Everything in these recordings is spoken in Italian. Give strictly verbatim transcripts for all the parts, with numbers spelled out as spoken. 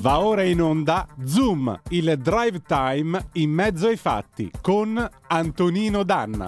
Va ora in onda Zoom, il drive time in mezzo ai fatti con Antonino Danna.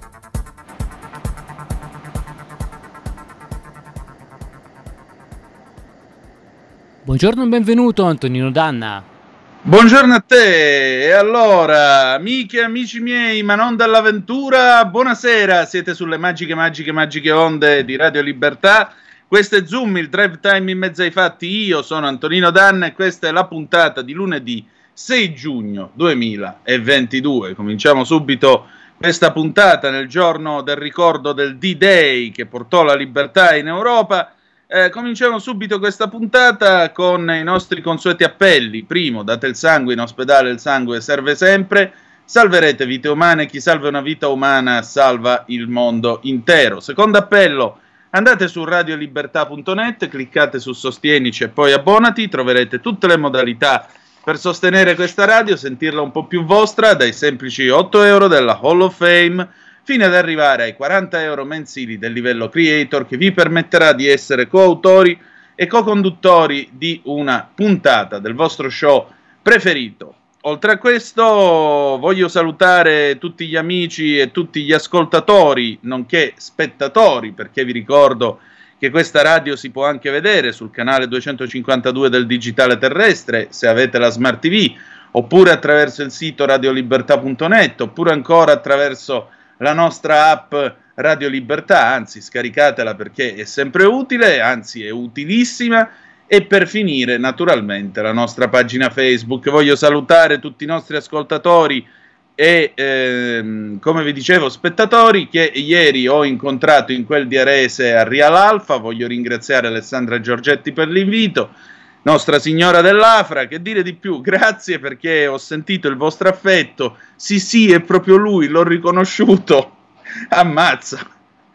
Buongiorno e benvenuto Antonino Danna. Buongiorno a te. E allora, amiche e amici miei, ma non dall'avventura, buonasera, siete sulle magiche, magiche, magiche onde di Radio Libertà. Questo è Zoom, il drive time in mezzo ai fatti. Io sono Antonino Danna e questa è la puntata di lunedì sei giugno duemilaventidue. Cominciamo subito questa puntata nel giorno del ricordo del D-Day che portò la libertà in Europa. Eh, cominciamo subito questa puntata con i nostri consueti appelli. Primo, date il sangue in ospedale, il sangue serve sempre. Salverete vite umane, chi salva una vita umana salva il mondo intero. Secondo appello, andate su radio libertà punto net, cliccate su Sostienici e poi abbonati, troverete tutte le modalità per sostenere questa radio, sentirla un po' più vostra, dai semplici otto euro della Hall of Fame, fino ad arrivare ai quaranta euro mensili del livello Creator, che vi permetterà di essere coautori e co-conduttori di una puntata del vostro show preferito. Oltre a questo voglio salutare tutti gli amici e tutti gli ascoltatori, nonché spettatori, perché vi ricordo che questa radio si può anche vedere sul canale duecentocinquantadue del digitale terrestre, se avete la Smart T V, oppure attraverso il sito radio libertà punto net, oppure ancora attraverso la nostra app Radio Libertà, anzi scaricatela perché è sempre utile, anzi è utilissima. E per finire, naturalmente, la nostra pagina Facebook. Voglio salutare tutti i nostri ascoltatori e, ehm, come vi dicevo, spettatori che ieri ho incontrato in quel di Arese a Real Alfa. Voglio ringraziare Alessandra Giorgetti per l'invito, Nostra Signora dell'Afra, che dire di più, grazie perché ho sentito il vostro affetto. Sì sì, è proprio lui, l'ho riconosciuto, ammazza.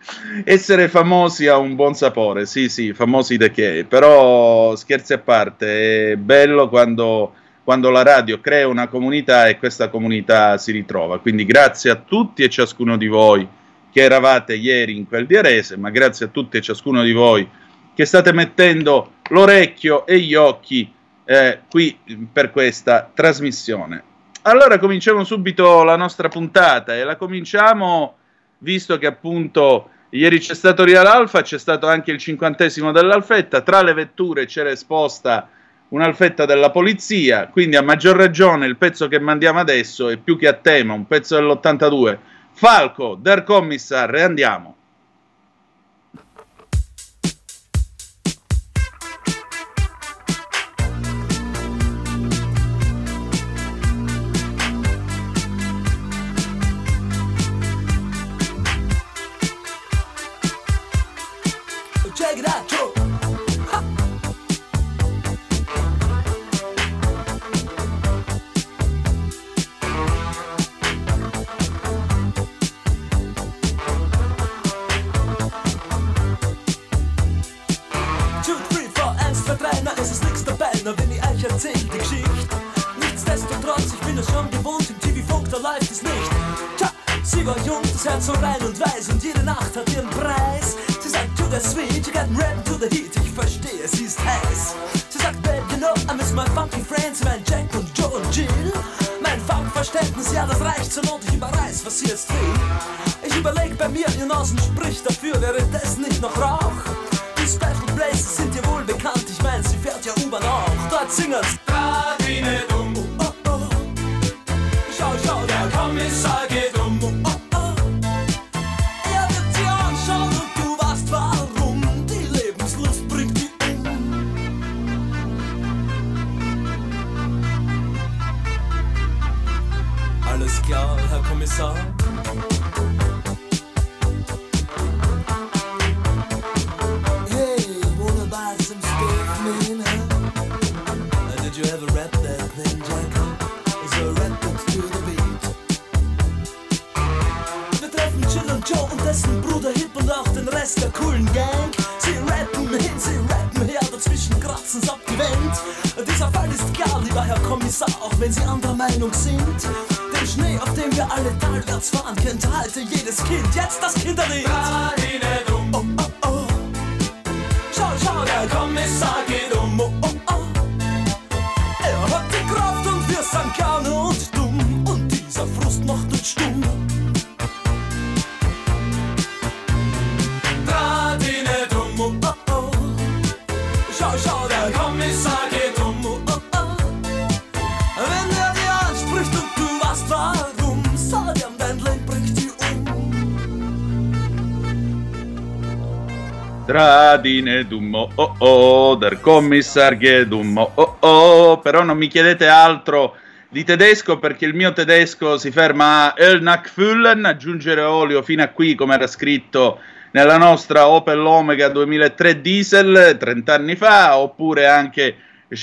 Essere famosi ha un buon sapore, sì sì, famosi da che, però scherzi a parte, è bello quando, quando la radio crea una comunità e questa comunità si ritrova, quindi grazie a tutti e ciascuno di voi che eravate ieri in quel di Arese, ma grazie a tutti e ciascuno di voi che state mettendo l'orecchio e gli occhi eh, qui per questa trasmissione. Allora cominciamo subito la nostra puntata e la cominciamo visto che appunto ieri c'è stato Real Alfa, c'è stato anche il cinquantesimo dell'Alfetta, tra le vetture c'era esposta un'Alfetta della polizia, quindi a maggior ragione il pezzo che mandiamo adesso è più che a tema, un pezzo dell'ottantadue, Falco, Der Kommissar, e andiamo. So rein und weiß und jede Nacht hat ihren Preis. Sie sagt, to the sweet, you got rap to the heat. Ich verstehe, sie ist heiß. Sie sagt, babe, you know, I miss my funky friends, mein Jack und Joe und Jill. Mein Funkverständnis, ja, das reicht zur Not, ich überreiß, was sie jetzt will. Ich überleg bei mir, ihr Nasen spricht dafür, wäre das nicht noch Rauch? Die Special Places sind dir wohl bekannt, ich mein, sie fährt ja U-Bahn auch. Dort singen's, trag ihn nicht um. Oh, oh, oh. Schau, schau, der Kommissar geht um. Oh, oh. Klar, Herr Kommissar. Hey, wanna buy some stuff, man, huh? Uh, did you ever rap that plain Jack? Is a rap to the beat? Wir treffen Jill und Joe und dessen Bruder Hip und auch den Rest der coolen Gang. Sie rappen hin, sie rappen her, dazwischen kratzen's ab die Wand. Dieser Fall ist klar, lieber Herr Kommissar, auch wenn Sie anderer Meinung sind. Den Schnee, auf dem wir alle talwärts fahren, kennt halte jedes Kind. Jetzt das Kinderlied. Trag ihn nicht um. Oh, oh, oh. Schau, schau, der Kommissar geht um. Oh, oh, oh. ist an gerne und dumm und dieser Frust macht uns stumm. Dreh dich nicht um, oh oh oh. Schau, schau, der Kommissar geht um, oh oh oh. Wenn er dir anspricht und du weißt warum, sag ihm, dein Leben bringt dich um. Tradine dummo oh oh, der Kommissar geht um oh oh oh. Però non mi chiedete altro di tedesco, perché il mio tedesco si ferma a El Nachfüllen, aggiungere olio fino a qui, come era scritto nella nostra Opel Omega duemilatré diesel trenta anni fa, oppure anche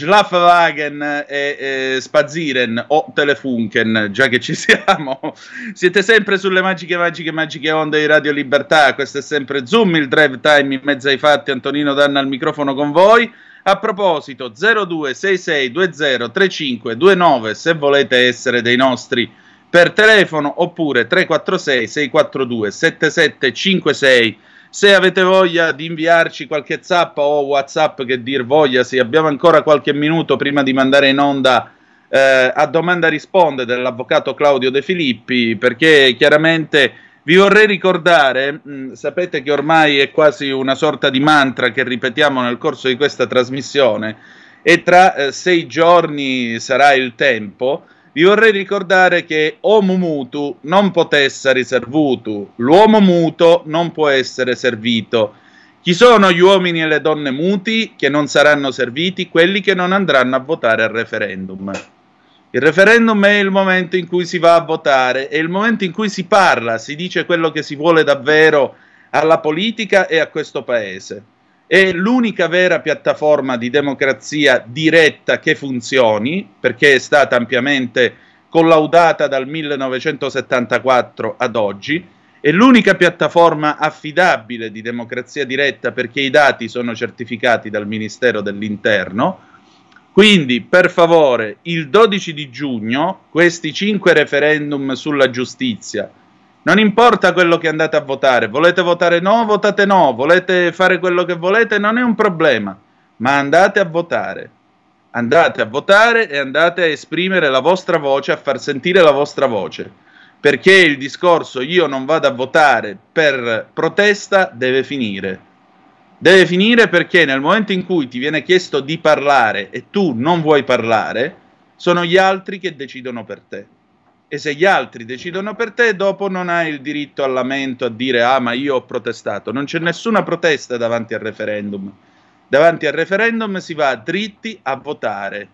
Schlafwagen e, e Spazieren o Telefunken, già che ci siamo. Siete sempre sulle magiche, magiche, magiche onde di Radio Libertà. Questo è sempre Zoom, il drive time in mezzo ai fatti. Antonino Danna al microfono con voi. A proposito, zero due sei sei due zero tre cinque due nove se volete essere dei nostri per telefono, oppure tre quattro sei sei quattro due sette sette cinque sei se avete voglia di inviarci qualche zappa o WhatsApp, che dir voglia. Sì, abbiamo ancora qualche minuto prima di mandare in onda eh, a Domanda Risponde dell'avvocato Claudio De Filippi, perché chiaramente vi vorrei ricordare, mh, sapete che ormai è quasi una sorta di mantra che ripetiamo nel corso di questa trasmissione, e tra eh, sei giorni sarà il tempo. Vi vorrei ricordare che homo mutu non potesse servutu, l'uomo muto non può essere servito. Chi sono gli uomini e le donne muti che non saranno serviti? Quelli che non andranno a votare al referendum. Il referendum è il momento in cui si va a votare, è il momento in cui si parla, si dice quello che si vuole davvero alla politica e a questo paese. È l'unica vera piattaforma di democrazia diretta che funzioni, perché è stata ampiamente collaudata dal millenovecentosettantaquattro ad oggi. È l'unica piattaforma affidabile di democrazia diretta, perché i dati sono certificati dal Ministero dell'Interno. Quindi, per favore, il dodici di giugno, questi cinque referendum sulla giustizia, non importa quello che andate a votare, volete votare no, votate no, volete fare quello che volete, non è un problema, ma andate a votare, andate a votare e andate a esprimere la vostra voce, a far sentire la vostra voce, perché il discorso io non vado a votare per protesta deve finire, deve finire perché nel momento in cui ti viene chiesto di parlare e tu non vuoi parlare, sono gli altri che decidono per te. E se gli altri decidono per te, dopo non hai il diritto al lamento, a dire ah ma io ho protestato. Non c'è nessuna protesta davanti al referendum. Davanti al referendum si va dritti a votare.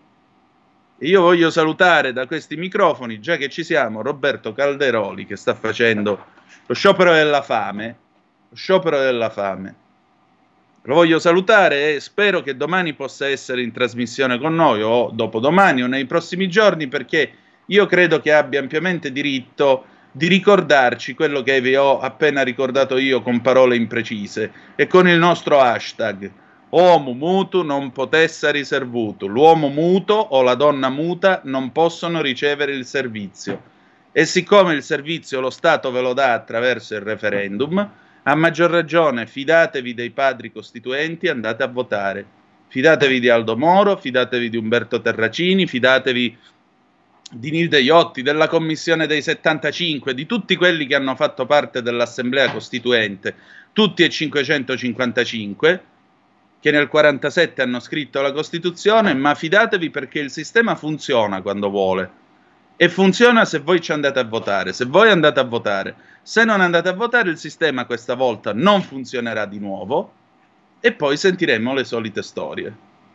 E io voglio salutare da questi microfoni, già che ci siamo, Roberto Calderoli, che sta facendo lo sciopero della fame. Lo sciopero della fame. Lo voglio salutare e spero che domani possa essere in trasmissione con noi, o dopodomani o nei prossimi giorni, perché io credo che abbia ampiamente diritto di ricordarci quello che vi ho appena ricordato io con parole imprecise e con il nostro hashtag homo mutu non potesse riservuto. L'uomo muto o la donna muta non possono ricevere il servizio, e siccome il servizio lo Stato ve lo dà attraverso il referendum, a maggior ragione fidatevi dei padri costituenti, andate a votare, fidatevi di Aldo Moro, fidatevi di Umberto Terracini, fidatevi di Nilde Iotti, della commissione dei settantacinque, di tutti quelli che hanno fatto parte dell'Assemblea Costituente, tutti e cinquecentocinquantacinque, che nel quarantasette hanno scritto la Costituzione, ma fidatevi perché il sistema funziona quando vuole, e funziona se voi ci andate a votare, se voi andate a votare. Se non andate a votare, il sistema questa volta non funzionerà di nuovo, e poi sentiremo le solite storie.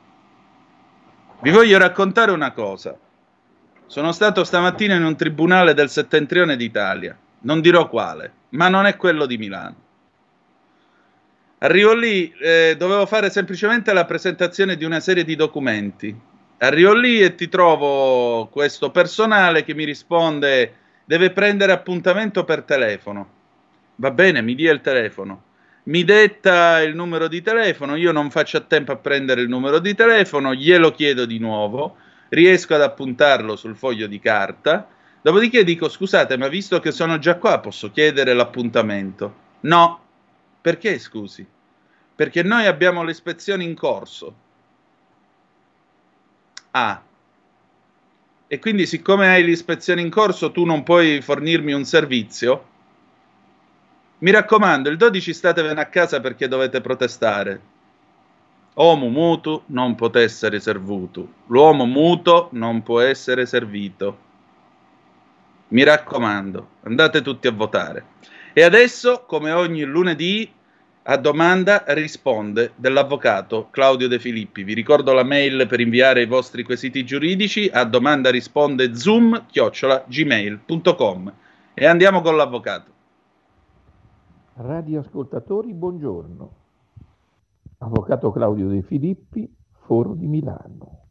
Vi voglio raccontare una cosa. Sono stato stamattina in un tribunale del settentrione d'Italia, non dirò quale, ma non è quello di Milano. Arrivo lì, eh, dovevo fare semplicemente la presentazione di una serie di documenti. Arrivo lì e ti trovo questo personale che mi risponde: deve prendere appuntamento per telefono. Va bene, mi dia il telefono. Mi detta il numero di telefono, io non faccio a tempo a prendere il numero di telefono, glielo chiedo di nuovo. Riesco ad appuntarlo sul foglio di carta, dopodiché dico: scusate, ma visto che sono già qua, posso chiedere l'appuntamento? No. Perché, scusi? Perché noi abbiamo l'ispezione in corso. Ah. E quindi, siccome hai l'ispezione in corso, tu non puoi fornirmi un servizio? Mi raccomando, il dodici statevene a casa perché dovete protestare. Homo mutu non pot essere servuto. L'uomo muto non può essere servito. Mi raccomando, andate tutti a votare. E adesso, come ogni lunedì, a domanda risponde dell'avvocato Claudio De Filippi. Vi ricordo la mail per inviare i vostri quesiti giuridici, a domanda risponde zoom chiocciola gmail punto com. E andiamo con l'avvocato. Radioascoltatori, buongiorno. Avvocato Claudio De Filippi, Foro di Milano.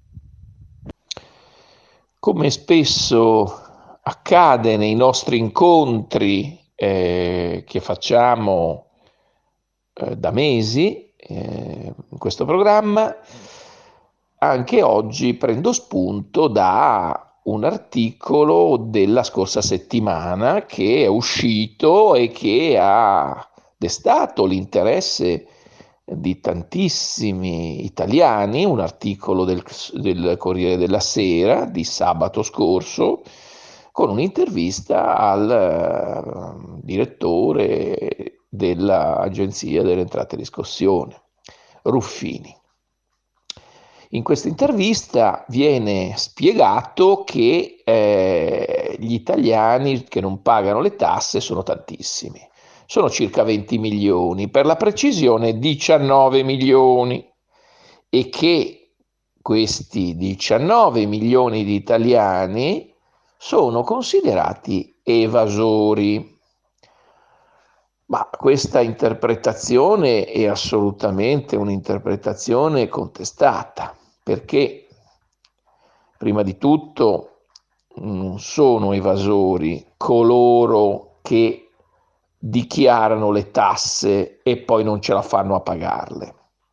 Come spesso accade nei nostri incontri eh, che facciamo eh, da mesi eh, in questo programma, anche oggi prendo spunto da un articolo della scorsa settimana che è uscito e che ha destato l'interesse di tantissimi italiani, un articolo del, del Corriere della Sera di sabato scorso, con un'intervista al uh, direttore dell'Agenzia delle Entrate e Riscossione, Ruffini. In questa intervista viene spiegato che eh, gli italiani che non pagano le tasse sono tantissimi. Sono circa venti milioni, per la precisione diciannove milioni, e che questi diciannove milioni di italiani sono considerati evasori. Ma questa interpretazione è assolutamente un'interpretazione contestata, perché prima di tutto non sono evasori coloro che dichiarano le tasse e poi non ce la fanno a pagarle.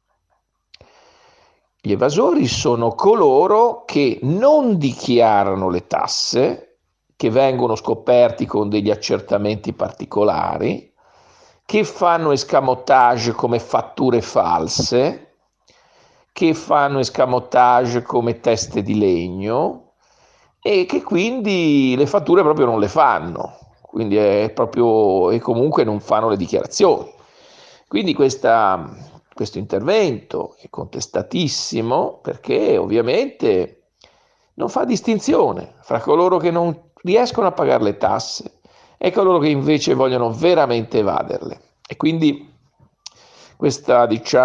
Gli evasori sono coloro che non dichiarano le tasse, che vengono scoperti con degli accertamenti particolari, che fanno escamotage come fatture false, che fanno escamotage come teste di legno e che quindi le fatture proprio non le fanno. Quindi è proprio, e comunque non fanno le dichiarazioni. Quindi questa, questo intervento è contestatissimo perché ovviamente non fa distinzione fra coloro che non riescono a pagare le tasse e coloro che invece vogliono veramente evaderle. E quindi questa,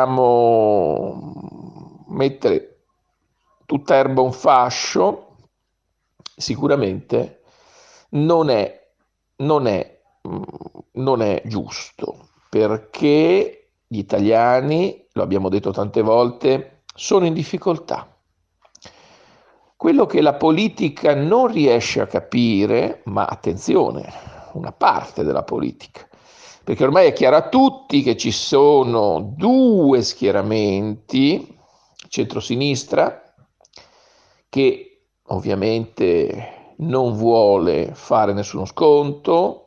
diciamo, mettere tutta erba un fascio sicuramente non è Non è, non è giusto, perché gli italiani, lo abbiamo detto tante volte, sono in difficoltà. Quello che la politica non riesce a capire, ma attenzione, una parte della politica, perché ormai è chiaro a tutti che ci sono due schieramenti, centrosinistra, che ovviamente non vuole fare nessuno sconto,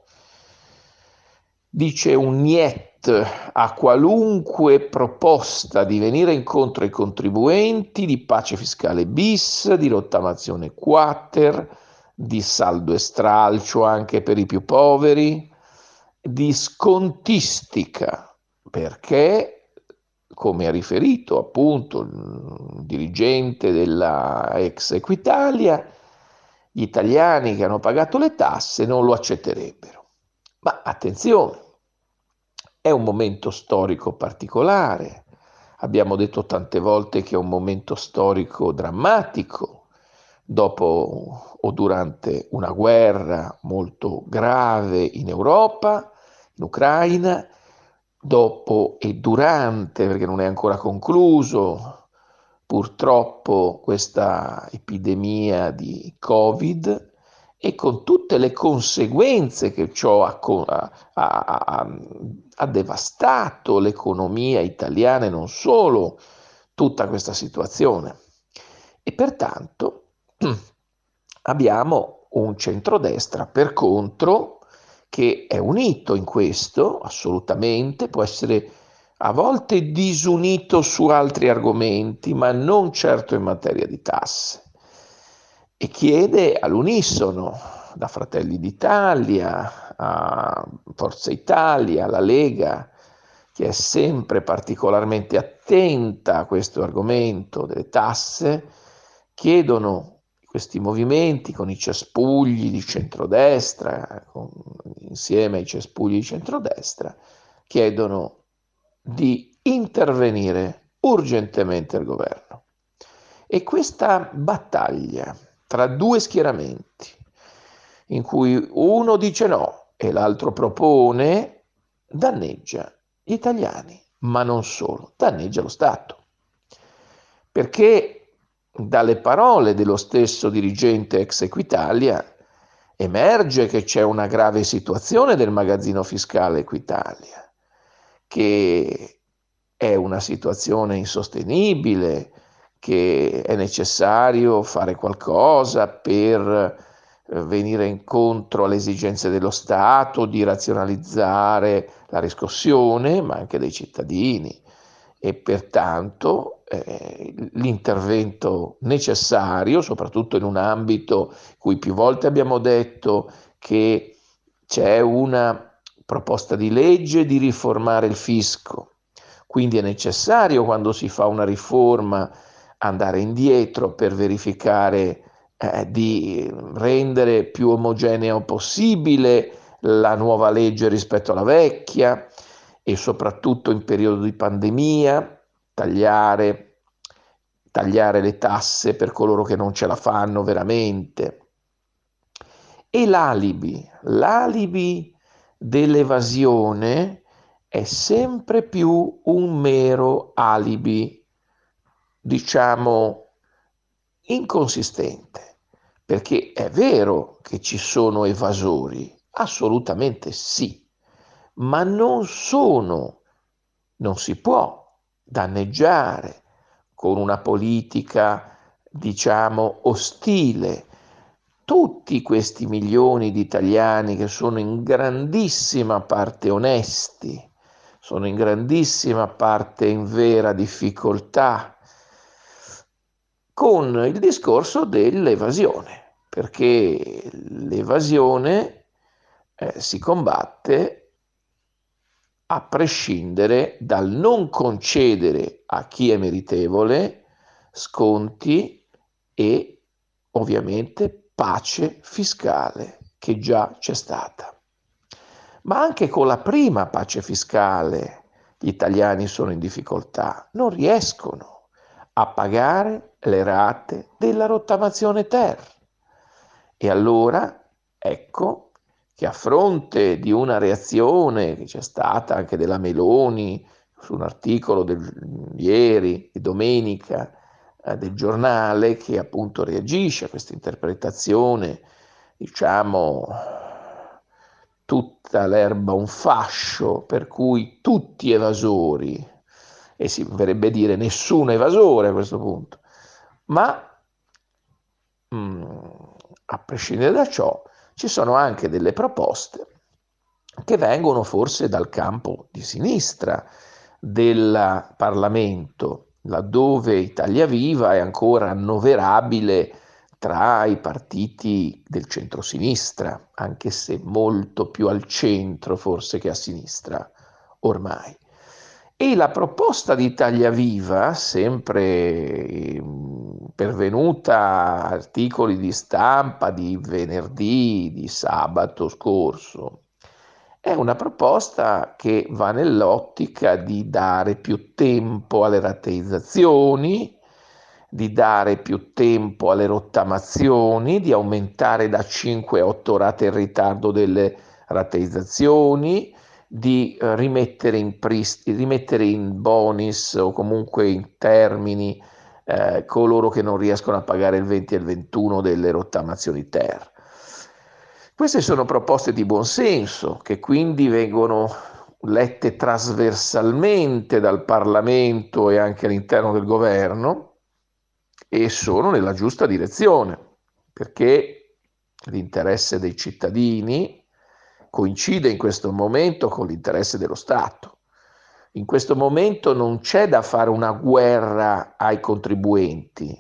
dice un niet a qualunque proposta di venire incontro ai contribuenti, di pace fiscale bis, di rottamazione quater, di saldo e stralcio anche per i più poveri, di scontistica, perché, come ha riferito appunto il dirigente della ex Equitalia, gli italiani che hanno pagato le tasse non lo accetterebbero. Ma attenzione, è un momento storico particolare. Abbiamo detto tante volte che è un momento storico drammatico, dopo o durante una guerra molto grave in Europa, in Ucraina, dopo e durante, perché non è ancora concluso, purtroppo questa epidemia di Covid e con tutte le conseguenze che ciò ha, ha, ha, ha devastato l'economia italiana e non solo, tutta questa situazione. E pertanto abbiamo un centrodestra per contro che è unito in questo, assolutamente, può essere a volte disunito su altri argomenti, ma non certo in materia di tasse. e chiede all'unisono, da Fratelli d'Italia a Forza Italia, alla Lega, che è sempre particolarmente attenta a questo argomento delle tasse, chiedono questi movimenti con i cespugli di centrodestra, con, insieme ai cespugli di centrodestra, chiedono di intervenire urgentemente il governo. E questa battaglia tra due schieramenti, in cui uno dice no e l'altro propone, danneggia gli italiani, ma non solo, danneggia lo Stato. Perché dalle parole dello stesso dirigente ex Equitalia emerge che c'è una grave situazione del magazzino fiscale Equitalia, che è una situazione insostenibile, che è necessario fare qualcosa per venire incontro alle esigenze dello Stato, di razionalizzare la riscossione, ma anche dei cittadini, e pertanto eh, l'intervento necessario, soprattutto in un ambito in cui più volte abbiamo detto che c'è una proposta di legge di riformare il fisco, quindi è necessario, quando si fa una riforma, andare indietro per verificare eh, di rendere più omogenea possibile la nuova legge rispetto alla vecchia, e soprattutto in periodo di pandemia tagliare, tagliare le tasse per coloro che non ce la fanno veramente. E l'alibi, l'alibi dell'evasione è sempre più un mero alibi, diciamo, inconsistente, perché è vero che ci sono evasori, assolutamente sì, ma non sono, non si può danneggiare con una politica, diciamo, ostile tutti questi milioni di italiani che sono in grandissima parte onesti, sono in grandissima parte in vera difficoltà, con il discorso dell'evasione, perché l'evasione eh, si combatte a prescindere dal non concedere a chi è meritevole sconti e ovviamente pace fiscale, che già c'è stata. Ma anche con la prima pace fiscale gli italiani sono in difficoltà, non riescono a pagare le rate della rottamazione ter. E allora ecco che a fronte di una reazione che c'è stata anche della Meloni su un articolo del, ieri, di domenica, eh, del giornale, che appunto reagisce a questa interpretazione, diciamo, tutta l'erba un fascio, per cui tutti evasori, e si verrebbe dire nessun evasore a questo punto, ma mh, a prescindere da ciò, ci sono anche delle proposte che vengono forse dal campo di sinistra del Parlamento, laddove Italia Viva è ancora annoverabile tra i partiti del centrosinistra, anche se molto più al centro forse che a sinistra ormai. E la proposta di Italia Viva, sempre pervenuta a articoli di stampa di venerdì, di sabato scorso, è una proposta che va nell'ottica di dare più tempo alle rateizzazioni, di dare più tempo alle rottamazioni, di aumentare da cinque a otto rate il ritardo delle rateizzazioni, di eh, rimettere in prist- rimettere in bonus o comunque in termini eh, coloro che non riescono a pagare il venti e il ventuno delle rottamazioni ter. Queste sono proposte di buonsenso che quindi vengono lette trasversalmente dal Parlamento e anche all'interno del governo e sono nella giusta direzione, perché l'interesse dei cittadini coincide in questo momento con l'interesse dello Stato. In questo momento non c'è da fare una guerra ai contribuenti,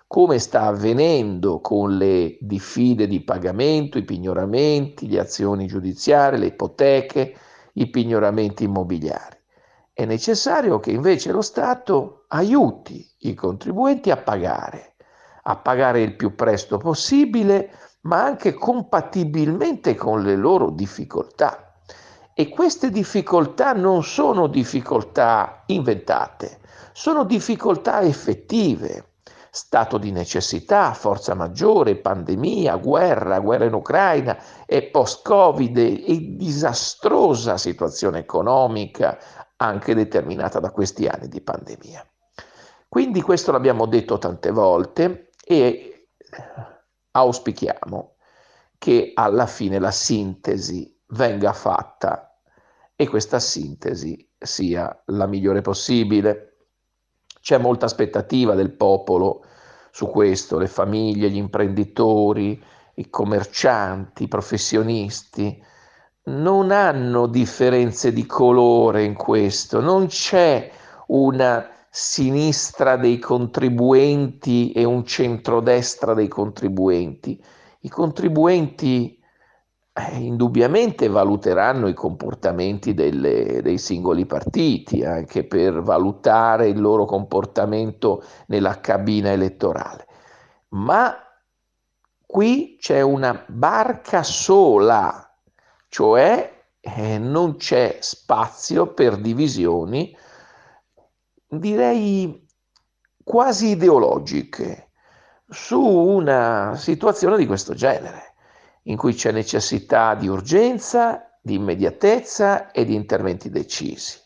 come sta avvenendo con le diffide di pagamento, i pignoramenti, le azioni giudiziarie, le ipoteche, i pignoramenti immobiliari. È necessario che invece lo Stato aiuti i contribuenti a pagare, a pagare il più presto possibile, ma anche compatibilmente con le loro difficoltà. E queste difficoltà non sono difficoltà inventate, sono difficoltà effettive. Stato di necessità, forza maggiore, pandemia, guerra, guerra in Ucraina e post-Covid e disastrosa situazione economica anche determinata da questi anni di pandemia. Quindi questo l'abbiamo detto tante volte e auspichiamo che alla fine la sintesi venga fatta e questa sintesi sia la migliore possibile. C'è molta aspettativa del popolo su questo, le famiglie, gli imprenditori, i commercianti, i professionisti non hanno differenze di colore in questo, non c'è una sinistra dei contribuenti e un centrodestra dei contribuenti. I contribuenti eh, indubbiamente valuteranno i comportamenti delle, dei singoli partiti, anche per valutare il loro comportamento nella cabina elettorale. Ma qui c'è una barca sola, cioè eh, non c'è spazio per divisioni, direi quasi ideologiche, su una situazione di questo genere, in cui c'è necessità di urgenza, di immediatezza e di interventi decisi.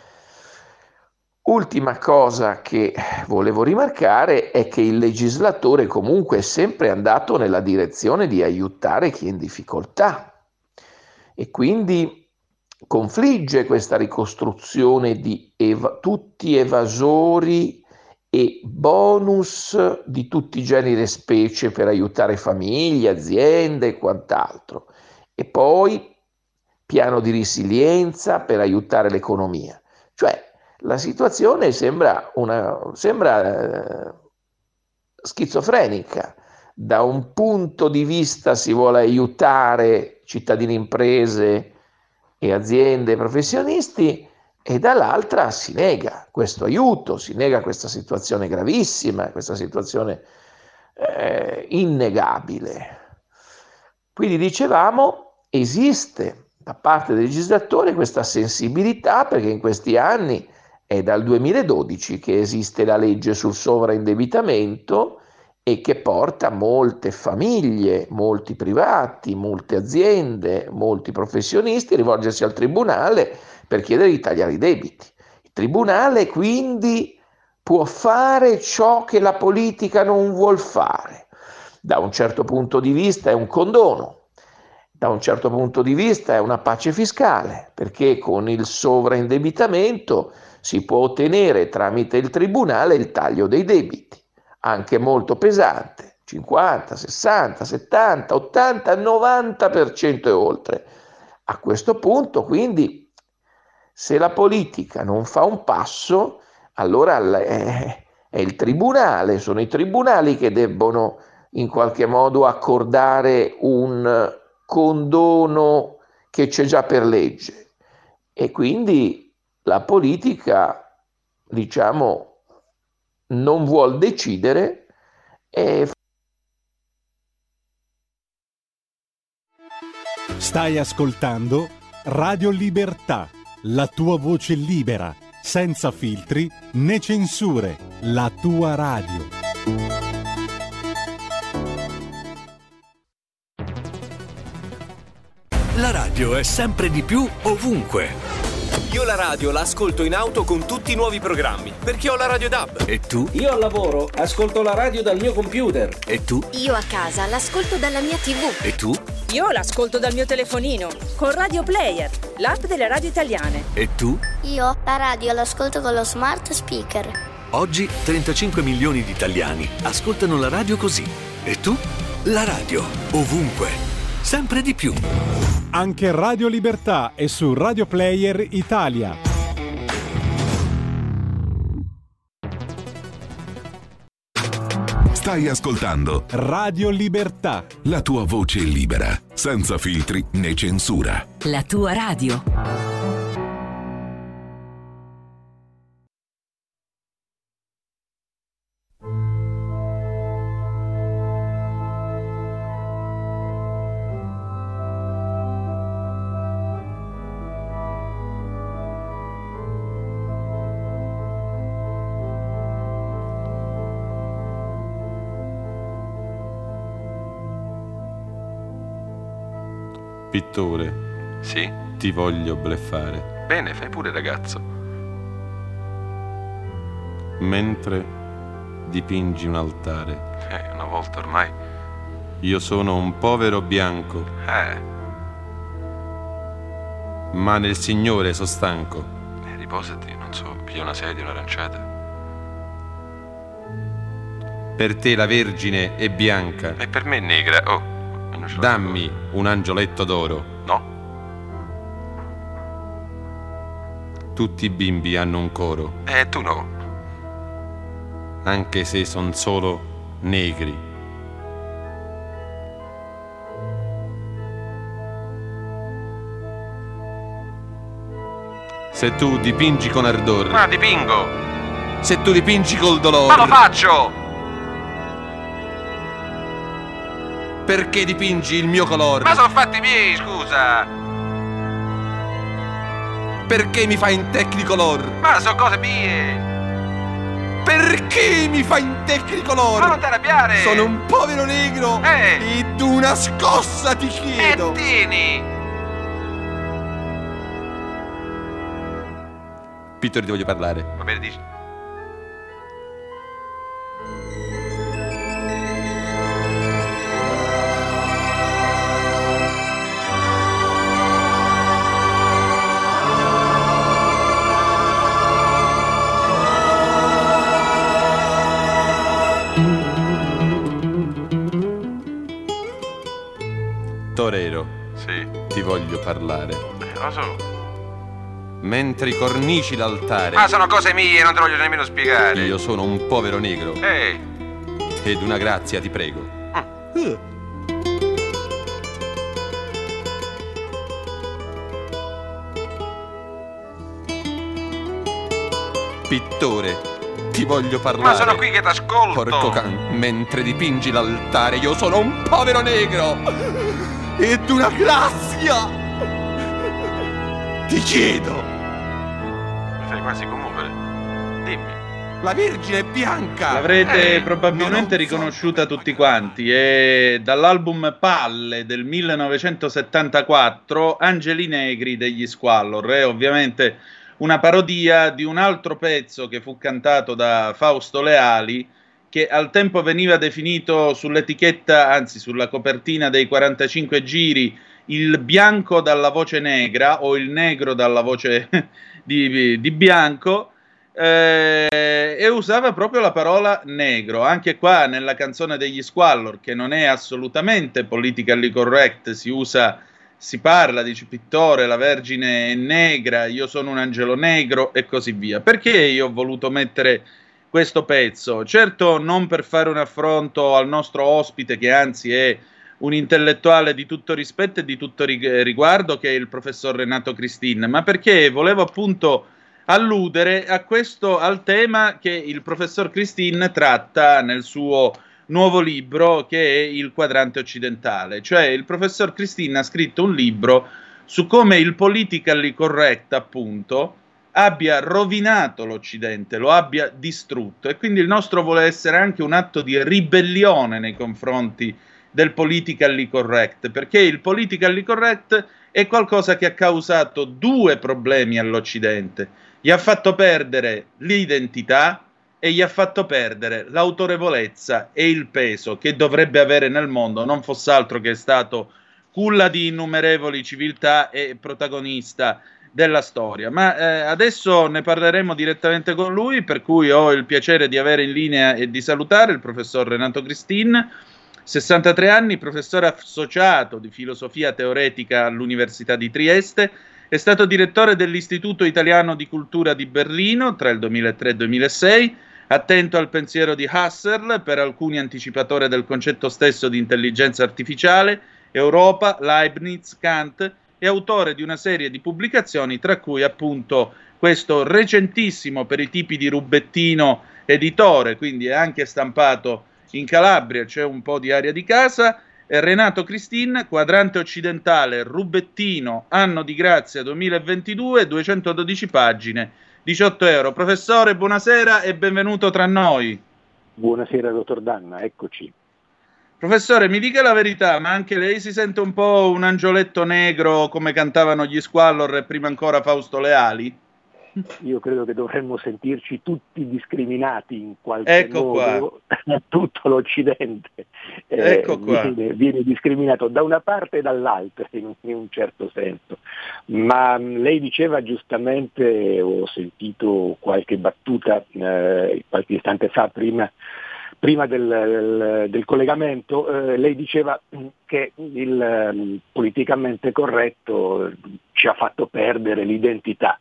Ultima cosa che volevo rimarcare è che il legislatore comunque è sempre andato nella direzione di aiutare chi è in difficoltà e quindi confligge questa ricostruzione di eva- tutti evasori e bonus di tutti i generi e specie per aiutare famiglie, aziende e quant'altro. E poi piano di resilienza per aiutare l'economia. Cioè la situazione sembra, una, sembra eh, schizofrenica. Da un punto di vista si vuole aiutare cittadini, imprese e aziende e professionisti e dall'altra si nega questo aiuto, si nega questa situazione gravissima, questa situazione eh, innegabile. Quindi dicevamo, esiste da parte del legislatore questa sensibilità perché in questi anni è dal duemiladodici che esiste la legge sul sovraindebitamento e che porta molte famiglie, molti privati, molte aziende, molti professionisti a rivolgersi al tribunale per chiedere di tagliare i debiti. Il tribunale quindi può fare ciò che la politica non vuol fare. Da un certo punto di vista è un condono, da un certo punto di vista è una pace fiscale, perché con il sovraindebitamento si può ottenere tramite il tribunale il taglio dei debiti, anche molto pesante, cinquanta, sessanta, settanta, ottanta, novanta per cento e oltre. A questo punto, quindi, se la politica non fa un passo, allora è, è il tribunale, sono i tribunali che debbono in qualche modo accordare un condono che c'è già per legge. E quindi la politica, diciamo, non vuol decidere e... Stai ascoltando Radio Libertà, la tua voce libera, senza filtri né censure, la tua radio. La radio è sempre di più ovunque. Io la radio la ascolto in auto con tutti i nuovi programmi, perché ho la Radio D A B. E tu? Io al lavoro ascolto la radio dal mio computer. E tu? Io a casa l'ascolto dalla mia tivù. E tu? Io l'ascolto dal mio telefonino, con Radio Player, l'app delle radio italiane. E tu? Io la radio l'ascolto con lo smart speaker. Oggi trentacinque milioni di italiani ascoltano la radio così. E tu? La radio, ovunque, sempre di più. Anche Radio Libertà è su Radio Player Italia. Stai ascoltando Radio Libertà. La tua voce libera, senza filtri né censura. La tua radio. Pittore, sì? Ti voglio bleffare. Bene, fai pure, ragazzo. Mentre dipingi un altare. Eh, una volta ormai. Io sono un povero bianco. Eh. Ma nel Signore so stanco. Eh, riposati, non so, piglia una sedia, un'aranciata. Per te la Vergine è bianca. E per me è negra, oh. Dammi un angioletto d'oro. No. Tutti i bimbi hanno un coro. Eh, tu no. Anche se son solo negri. Se tu dipingi con ardore. Ma dipingo. Se tu dipingi col dolore. Ma lo faccio. Perché dipingi il mio colore? Ma sono fatti miei, scusa! Perché mi fai in tecnicolor? Ma sono cose mie! Perché mi fai in tecnicolor? Ma non ti arrabbiare! Sono un povero negro! Eh! Ed una scossa ti chiedo! E tieni! Pittore, ti voglio parlare. Va bene, dici. Torero, sì, ti voglio parlare. Eh, lo so. Mentre cornici l'altare. Ma sono cose mie, non te lo voglio nemmeno spiegare. Io sono un povero negro. Ehi. Ed una grazia ti prego. Mm. Uh. Pittore, ti voglio parlare. Ma sono qui che t'ascolto. Porco can, mentre dipingi l'altare, io sono un povero negro. Ed una grazia ti chiedo. Mi fai quasi commuovere. Dimmi. La Vergine è bianca. L'avrete eh, probabilmente riconosciuta so. tutti quanti. È dall'album Palle del millenovecentosettantaquattro, Angeli Negri degli Squallor. È ovviamente una parodia di un altro pezzo che fu cantato da Fausto Leali, che al tempo veniva definito sull'etichetta, anzi sulla copertina dei quarantacinque giri, il bianco dalla voce negra o il negro dalla voce di, di bianco, eh, e usava proprio la parola negro. Anche qua nella canzone degli Squallor, che non è assolutamente politically correct, si usa, si parla, dice Pittore, la Vergine è negra, io sono un angelo negro e così via. Perché io ho voluto mettere questo pezzo? Certo, non per fare un affronto al nostro ospite, che anzi è un intellettuale di tutto rispetto e di tutto riguardo, che è il professor Renato Cristin, ma perché volevo appunto alludere a questo, al tema che il professor Cristin tratta nel suo nuovo libro, che è Il quadrante occidentale. Cioè il professor Cristin ha scritto un libro su come il politically correct, appunto, abbia rovinato l'Occidente, lo abbia distrutto, e quindi il nostro vuole essere anche un atto di ribellione nei confronti del politically correct, perché il politically correct è qualcosa che ha causato due problemi all'Occidente: gli ha fatto perdere l'identità e gli ha fatto perdere l'autorevolezza e il peso che dovrebbe avere nel mondo, non fosse altro che è stato culla di innumerevoli civiltà e protagonista della storia. Ma eh, adesso ne parleremo direttamente con lui, per cui ho il piacere di avere in linea e di salutare il professor Renato Cristin, sessantatré anni, professore associato di filosofia teoretica all'Università di Trieste, è stato direttore dell'Istituto Italiano di Cultura di Berlino tra il duemilatré e il duemilasei, attento al pensiero di Husserl, per alcuni anticipatore del concetto stesso di intelligenza artificiale, Europa, Leibniz, Kant, e autore di una serie di pubblicazioni, tra cui appunto questo recentissimo per i tipi di rubettino editore, quindi è anche stampato in Calabria, c'è un po' di aria di casa, Renato Cristin, Quadrante occidentale, rubettino, anno di grazia duemilaventidue, duecentododici pagine, diciotto euro. Professore, buonasera e benvenuto tra noi. Buonasera, dottor Danna, eccoci. Professore, mi dica la verità, ma anche lei si sente un po' un angioletto negro come cantavano gli Squallor e prima ancora Fausto Leali? Io credo che dovremmo sentirci tutti discriminati in qualche ecco modo, qua. Tutto l'Occidente eh, ecco qua. Viene, viene discriminato da una parte e dall'altra in un, in un certo senso. Ma mh, lei diceva giustamente, ho sentito qualche battuta eh, qualche istante fa prima, prima del, del, del collegamento, eh, lei diceva che il um, politicamente corretto ci ha fatto perdere l'identità.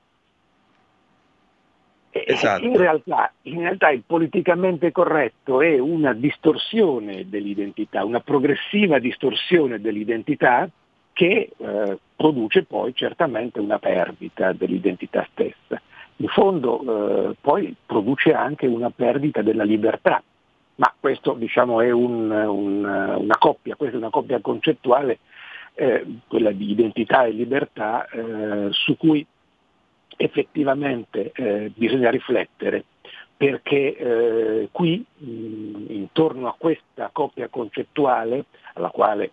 Esatto. In realtà, in realtà il politicamente corretto è una distorsione dell'identità, una progressiva distorsione dell'identità che eh, produce poi certamente una perdita dell'identità stessa. In fondo eh, poi produce anche una perdita della libertà, ma questo diciamo è un, un, una coppia, questa è una coppia concettuale, eh, quella di identità e libertà, eh, su cui effettivamente eh, bisogna riflettere, perché eh, qui mh, intorno a questa coppia concettuale, alla quale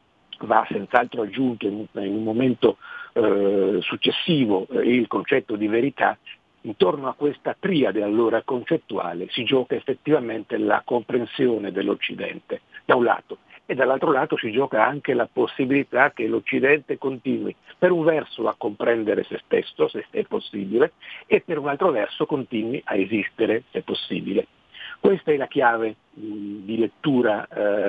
va senz'altro aggiunto in, in un momento eh, successivo eh, il concetto di verità, intorno a questa triade allora concettuale si gioca effettivamente la comprensione dell'Occidente, da un lato, e dall'altro lato si gioca anche la possibilità che l'Occidente continui per un verso a comprendere se stesso, se è possibile, e per un altro verso continui a esistere, se possibile. Questa è la chiave mh, di lettura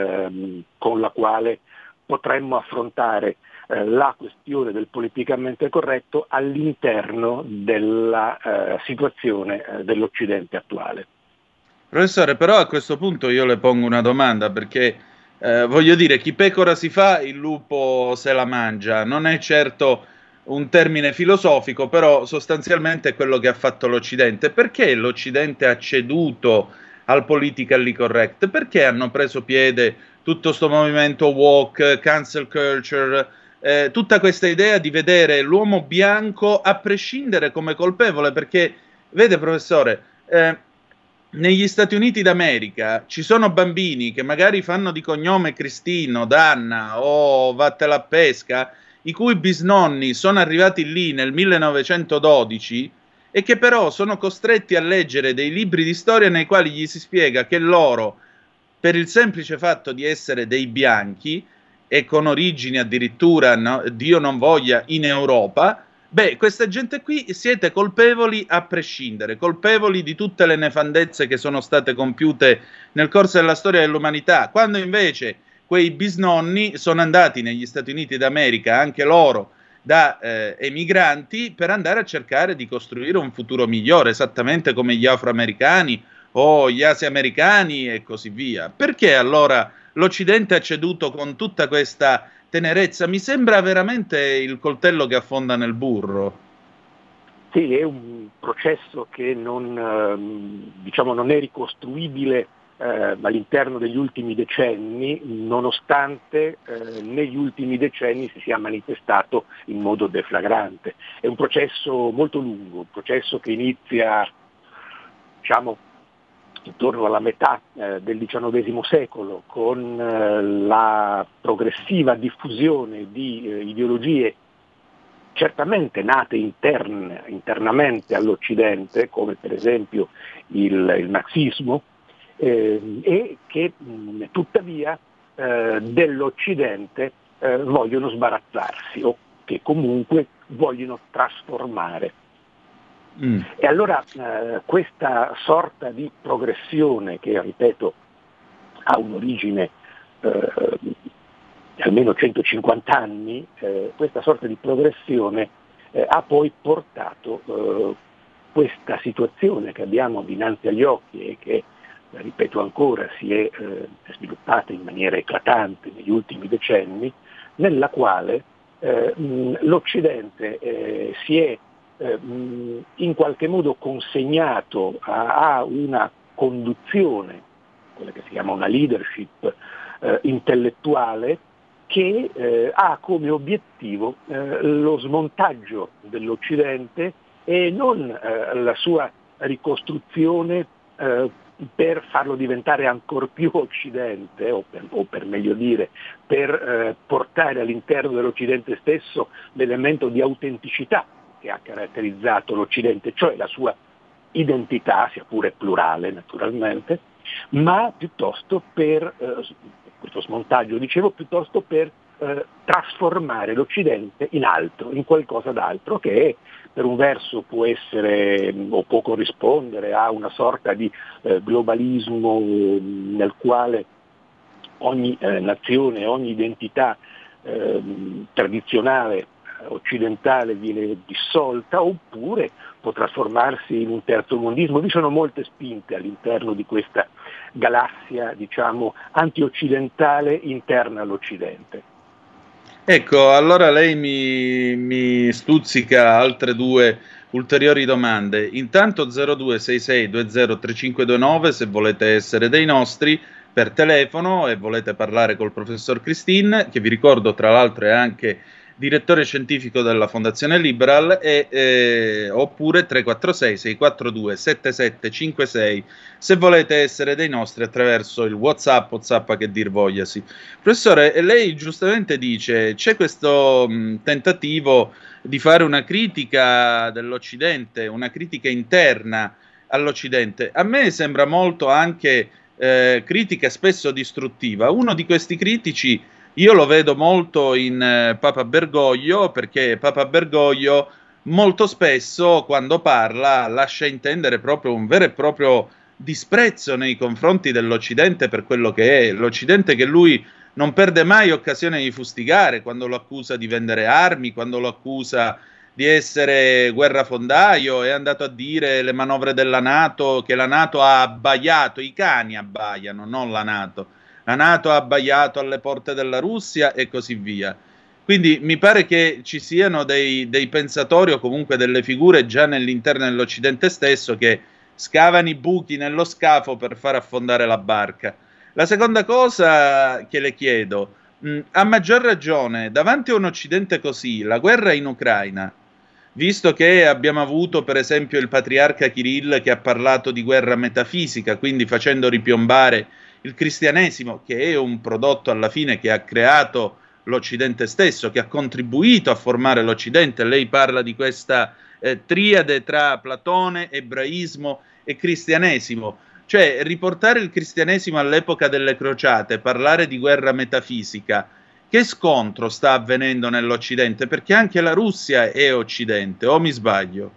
eh, con la quale potremmo affrontare eh, la questione del politicamente corretto all'interno della eh, situazione eh, dell'Occidente attuale. Professore, però a questo punto io le pongo una domanda, perché Eh, voglio dire, chi pecora si fa, il lupo se la mangia. Non è certo un termine filosofico, però sostanzialmente è quello che ha fatto l'Occidente. Perché l'Occidente ha ceduto al politically correct? Perché hanno preso piede tutto questo movimento woke, cancel culture, eh, tutta questa idea di vedere l'uomo bianco a prescindere come colpevole? Perché, vede professore, eh, negli Stati Uniti d'America ci sono bambini che magari fanno di cognome Cristino, Danna o Vattela a pesca, i cui bisnonni sono arrivati lì nel millenovecentododici e che però sono costretti a leggere dei libri di storia nei quali gli si spiega che loro, per il semplice fatto di essere dei bianchi e con origini addirittura, no, Dio non voglia, in Europa, beh, questa gente qui siete colpevoli a prescindere, colpevoli di tutte le nefandezze che sono state compiute nel corso della storia dell'umanità, quando invece quei bisnonni sono andati negli Stati Uniti d'America, anche loro, da eh, emigranti, per andare a cercare di costruire un futuro migliore, esattamente come gli afroamericani o gli asiamericani e così via. Perché allora l'Occidente ha ceduto con tutta questa tenerezza? Mi sembra veramente il coltello che affonda nel burro. Sì, è un processo che non, ehm, diciamo, non è ricostruibile eh, all'interno degli ultimi decenni, nonostante eh, negli ultimi decenni si sia manifestato in modo deflagrante. È un processo molto lungo, un processo che inizia, diciamo, intorno alla metà eh, del diciannovesimo secolo, con eh, la progressiva diffusione di eh, ideologie certamente nate interne, internamente all'Occidente, come per esempio il, il marxismo, eh, e che mh, tuttavia eh, dell'Occidente eh, vogliono sbarazzarsi, o che comunque vogliono trasformare. Mm. E allora eh, questa sorta di progressione, che ripeto ha un'origine eh, di almeno centocinquanta anni, eh, questa sorta di progressione eh, ha poi portato eh, questa situazione che abbiamo dinanzi agli occhi e che, ripeto ancora, si è eh, sviluppata in maniera eclatante negli ultimi decenni, nella quale eh, mh, l'Occidente eh, si è eh, mh, in qualche modo consegnato a, a una conduzione, quella che si chiama una leadership eh, intellettuale, che eh, ha come obiettivo eh, lo smontaggio dell'Occidente e non eh, la sua ricostruzione eh, per farlo diventare ancor più Occidente, o per, o per meglio dire, per eh, portare all'interno dell'Occidente stesso l'elemento di autenticità che ha caratterizzato l'Occidente, cioè la sua identità, sia pure plurale naturalmente, ma piuttosto per, eh, questo smontaggio dicevo, piuttosto per eh, trasformare l'Occidente in altro, in qualcosa d'altro che per un verso può essere o può corrispondere a una sorta di eh, globalismo nel quale ogni eh, nazione, ogni identità eh, tradizionale occidentale viene dissolta, oppure può trasformarsi in un terzomondismo. Vi sono molte spinte all'interno di questa galassia, diciamo, anti-occidentale interna all'Occidente. Ecco, allora lei mi, mi stuzzica altre due ulteriori domande. Intanto zero due sei sei due zero tre cinque due nove se volete essere dei nostri per telefono e volete parlare col professor Christine, che vi ricordo tra l'altro è anche direttore scientifico della Fondazione Liberal, e, eh, oppure tre quattro sei sei quattro due sette sette cinque sei se volete essere dei nostri attraverso il WhatsApp, WhatsApp che dir vogliasi. Professore, lei giustamente dice c'è questo mh, tentativo di fare una critica dell'Occidente, una critica interna all'Occidente. A me sembra molto anche eh, critica spesso distruttiva. Uno di questi critici io lo vedo molto in eh, Papa Bergoglio, perché Papa Bergoglio molto spesso quando parla lascia intendere proprio un vero e proprio disprezzo nei confronti dell'Occidente per quello che è. L'Occidente che lui non perde mai occasione di fustigare, quando lo accusa di vendere armi, quando lo accusa di essere guerrafondaio, è andato a dire le manovre della NATO, che la NATO ha abbaiato, i cani abbaiano, non la NATO. La NATO ha abbaiato alle porte della Russia e così via. Quindi mi pare che ci siano dei, dei pensatori o comunque delle figure già nell'interno dell'Occidente stesso che scavano i buchi nello scafo per far affondare la barca. La seconda cosa che le chiedo, mh, a maggior ragione, davanti a un Occidente così, la guerra in Ucraina, visto che abbiamo avuto per esempio il patriarca Kirill che ha parlato di guerra metafisica, quindi facendo ripiombare il cristianesimo, che è un prodotto alla fine che ha creato l'Occidente stesso, che ha contribuito a formare l'Occidente. Lei parla di questa eh, triade tra Platone, ebraismo e cristianesimo. Cioè, riportare il cristianesimo all'epoca delle crociate, parlare di guerra metafisica, che scontro sta avvenendo nell'Occidente? Perché anche la Russia è Occidente, o mi sbaglio?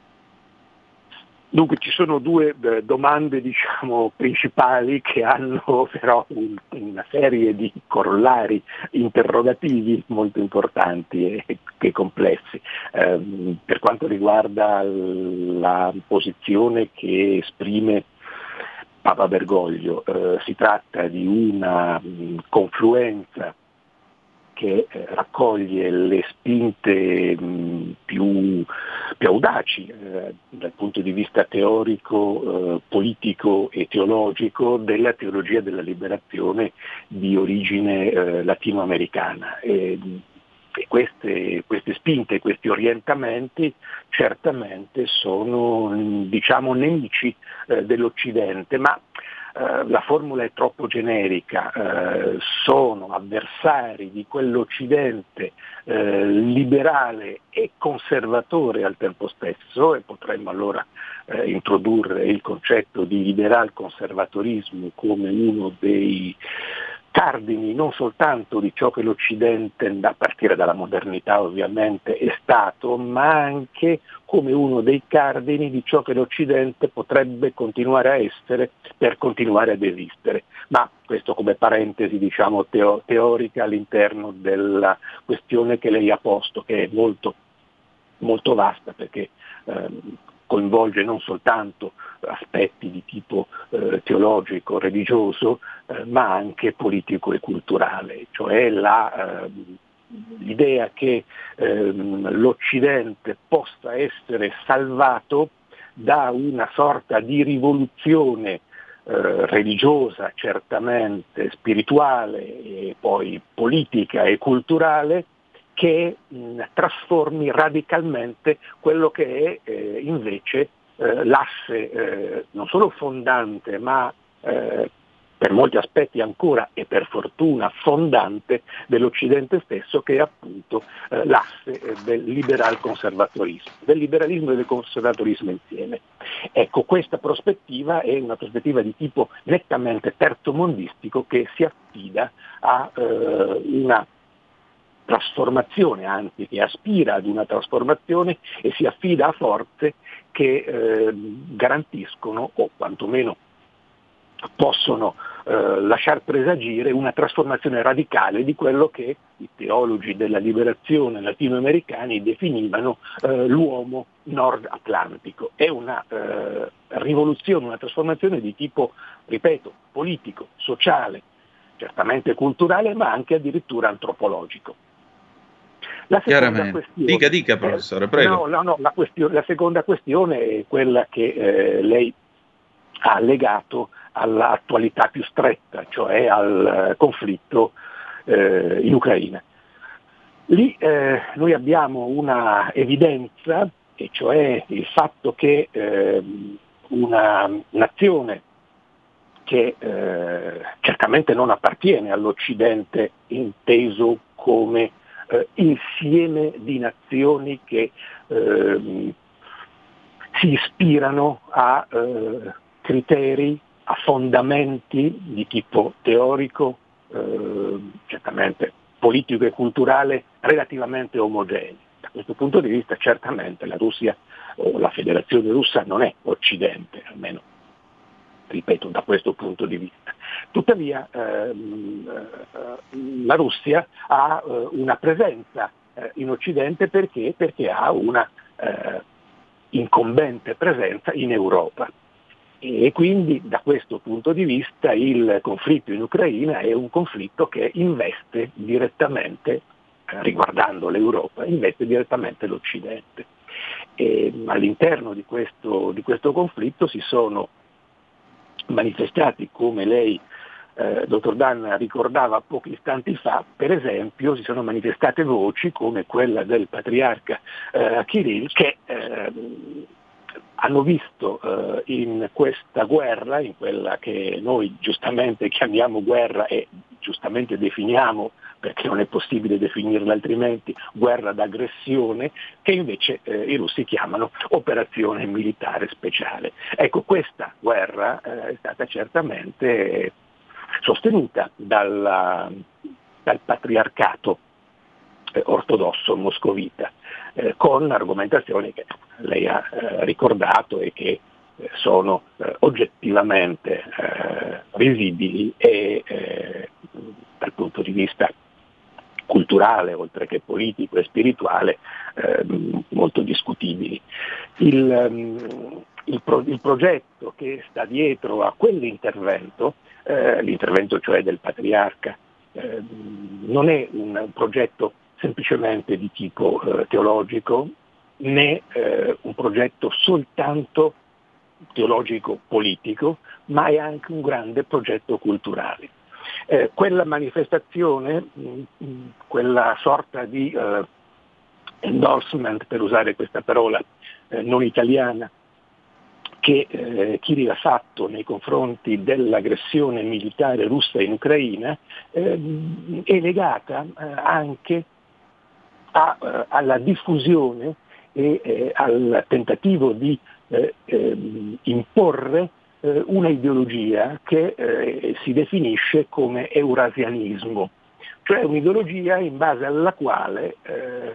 Dunque ci sono due eh, domande, diciamo, principali che hanno però un, una serie di corollari interrogativi molto importanti e, e complessi. Eh, per quanto riguarda la posizione che esprime Papa Bergoglio, eh, si tratta di una mh, confluenza che eh, raccoglie le spinte mh, più, più audaci eh, dal punto di vista teorico, eh, politico e teologico della teologia della liberazione di origine eh, latinoamericana. E, e queste, queste spinte, questi orientamenti certamente sono, diciamo, nemici eh, dell'Occidente, ma la formula è troppo generica, eh, sono avversari di quell'Occidente eh, liberale e conservatore al tempo stesso, e potremmo allora eh, introdurre il concetto di liberal conservatorismo come uno dei cardini non soltanto di ciò che l'Occidente, a partire dalla modernità ovviamente, è stato, ma anche come uno dei cardini di ciò che l'Occidente potrebbe continuare a essere per continuare ad esistere. Ma questo come parentesi, diciamo, teo- teorica all'interno della questione che lei ha posto, che è molto, molto vasta, perché ehm, coinvolge non soltanto aspetti di tipo eh, teologico, religioso, eh, ma anche politico e culturale, cioè la, eh, l'idea che eh, l'Occidente possa essere salvato da una sorta di rivoluzione eh, religiosa, certamente spirituale e poi politica e culturale, che mh, trasformi radicalmente quello che è eh, invece eh, l'asse eh, non solo fondante, ma eh, per molti aspetti ancora e per fortuna fondante dell'Occidente stesso, che è appunto eh, l'asse eh, del liberal conservatorismo, del liberalismo e del conservatorismo insieme. Ecco, questa prospettiva è una prospettiva di tipo nettamente terzomondistico che si affida a eh, una trasformazione, anzi che aspira ad una trasformazione e si affida a forze che eh, garantiscono o quantomeno possono eh, lasciar presagire una trasformazione radicale di quello che i teologi della liberazione latinoamericani definivano eh, l'uomo nord-atlantico. È una eh, rivoluzione, una trasformazione di tipo, ripeto, politico, sociale, certamente culturale, ma anche addirittura antropologico. La seconda questione, dica, dica professore, prego. No, no, no, la, question- la seconda questione è quella che eh, lei ha legato all'attualità più stretta, cioè al eh, conflitto eh, in Ucraina. Lì eh, noi abbiamo una evidenza, e cioè il fatto che eh, una nazione che eh, certamente non appartiene all'Occidente inteso come eh, insieme di nazioni che eh, si ispirano a eh, criteri, a fondamenti di tipo teorico, eh, certamente politico e culturale relativamente omogenei. Da questo punto di vista certamente la Russia o la Federazione Russa non è Occidente, almeno ripeto da questo punto di vista. Tuttavia ehm, la Russia ha eh, una presenza eh, in Occidente perché? Perché ha una eh, incombente presenza in Europa. E quindi da questo punto di vista il conflitto in Ucraina è un conflitto che investe direttamente, eh, riguardando l'Europa, investe direttamente l'Occidente. E all'interno di questo, di questo conflitto si sono manifestati, come lei, eh, dottor Danna, ricordava pochi istanti fa, per esempio si sono manifestate voci come quella del patriarca eh, Kirill che eh, hanno visto eh, in questa guerra, in quella che noi giustamente chiamiamo guerra e giustamente definiamo, perché non è possibile definirla altrimenti, guerra d'aggressione, che invece eh, i russi chiamano operazione militare speciale. Ecco, questa guerra eh, è stata certamente sostenuta dalla, dal patriarcato eh, ortodosso moscovita, eh, con argomentazioni che lei ha eh, ricordato e che eh, sono eh, oggettivamente eh, risibili e eh, dal punto di vista culturale, oltre che politico e spirituale, eh, molto discutibili. Il, il, pro, il progetto che sta dietro a quell'intervento, eh, l'intervento cioè del patriarca, eh, non è un progetto semplicemente di tipo eh, teologico, né eh, un progetto soltanto teologico-politico, ma è anche un grande progetto culturale. Eh, quella manifestazione, mh, quella sorta di eh, endorsement, per usare questa parola eh, non italiana, che eh, Kirill ha fatto nei confronti dell'aggressione militare russa in Ucraina, eh, è legata eh, anche a, eh, alla diffusione e eh, al tentativo di eh, eh, imporre eh, una ideologia che eh, si definisce come eurasianismo, cioè un'ideologia in base alla quale, eh,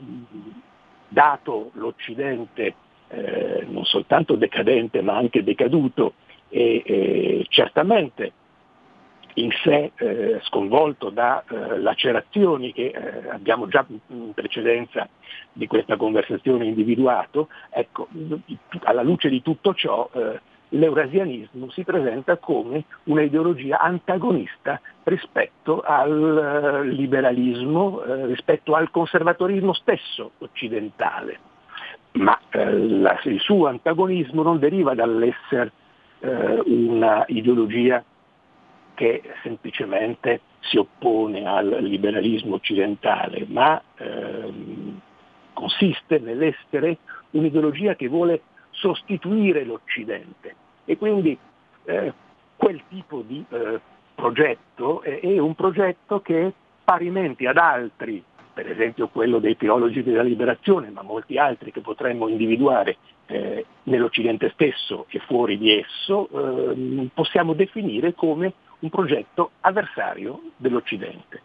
dato l'Occidente eh, non soltanto decadente ma anche decaduto e eh, certamente in sé eh, sconvolto da eh, lacerazioni che eh, abbiamo già in precedenza di questa conversazione individuato, ecco, alla luce di tutto ciò eh, l'eurasianismo si presenta come una ideologia antagonista rispetto al eh, liberalismo, eh, rispetto al conservatorismo stesso occidentale, ma eh, la, il suo antagonismo non deriva dall'essere eh, una ideologia che semplicemente si oppone al liberalismo occidentale, ma ehm, consiste nell'essere un'ideologia che vuole sostituire l'Occidente. E quindi eh, quel tipo di eh, progetto è, è un progetto che parimenti ad altri, per esempio quello dei teologi della liberazione, ma molti altri che potremmo individuare eh, nell'Occidente stesso e fuori di esso, eh, possiamo definire come un progetto avversario dell'Occidente.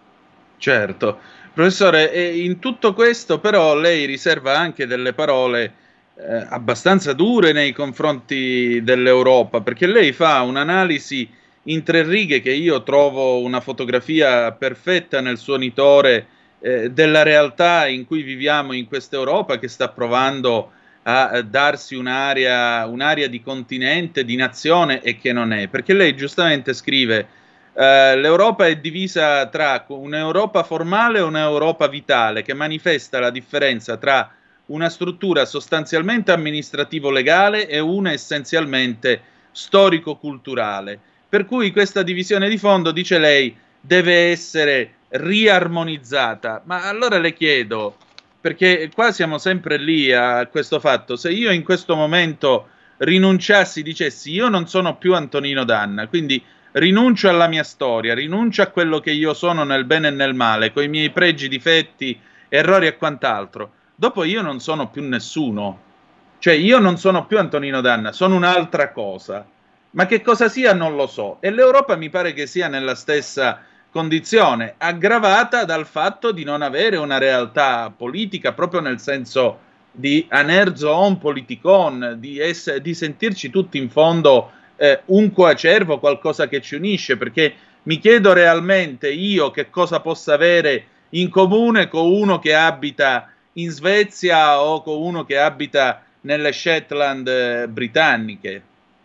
Certo. Professore, in tutto questo però lei riserva anche delle parole eh, abbastanza dure nei confronti dell'Europa, perché lei fa un'analisi in tre righe che io trovo una fotografia perfetta nel suonitore eh, della realtà in cui viviamo in questa Europa, che sta provando a, a darsi un'area, un'area di continente, di nazione, e che non è, perché lei giustamente scrive Uh, l'Europa è divisa tra un'Europa formale e un'Europa vitale, che manifesta la differenza tra una struttura sostanzialmente amministrativo-legale e una essenzialmente storico-culturale. Per cui questa divisione di fondo, dice lei, deve essere riarmonizzata. Ma allora le chiedo, perché qua siamo sempre lì a questo fatto, se io in questo momento rinunciassi, dicessi io non sono più Antonino Danna, quindi rinuncio alla mia storia, rinuncio a quello che io sono nel bene e nel male, con i miei pregi, difetti, errori e quant'altro, dopo io non sono più nessuno. Cioè io non sono più Antonino Danna, sono un'altra cosa. Ma che cosa sia non lo so. E l'Europa mi pare che sia nella stessa condizione, aggravata dal fatto di non avere una realtà politica, proprio nel senso di anerzo on politikon, di, ess- di sentirci tutti in fondo Eh, un coacervo, qualcosa che ci unisce, perché mi chiedo realmente io che cosa possa avere in comune con uno che abita in Svezia o con uno che abita nelle Shetland eh, britanniche.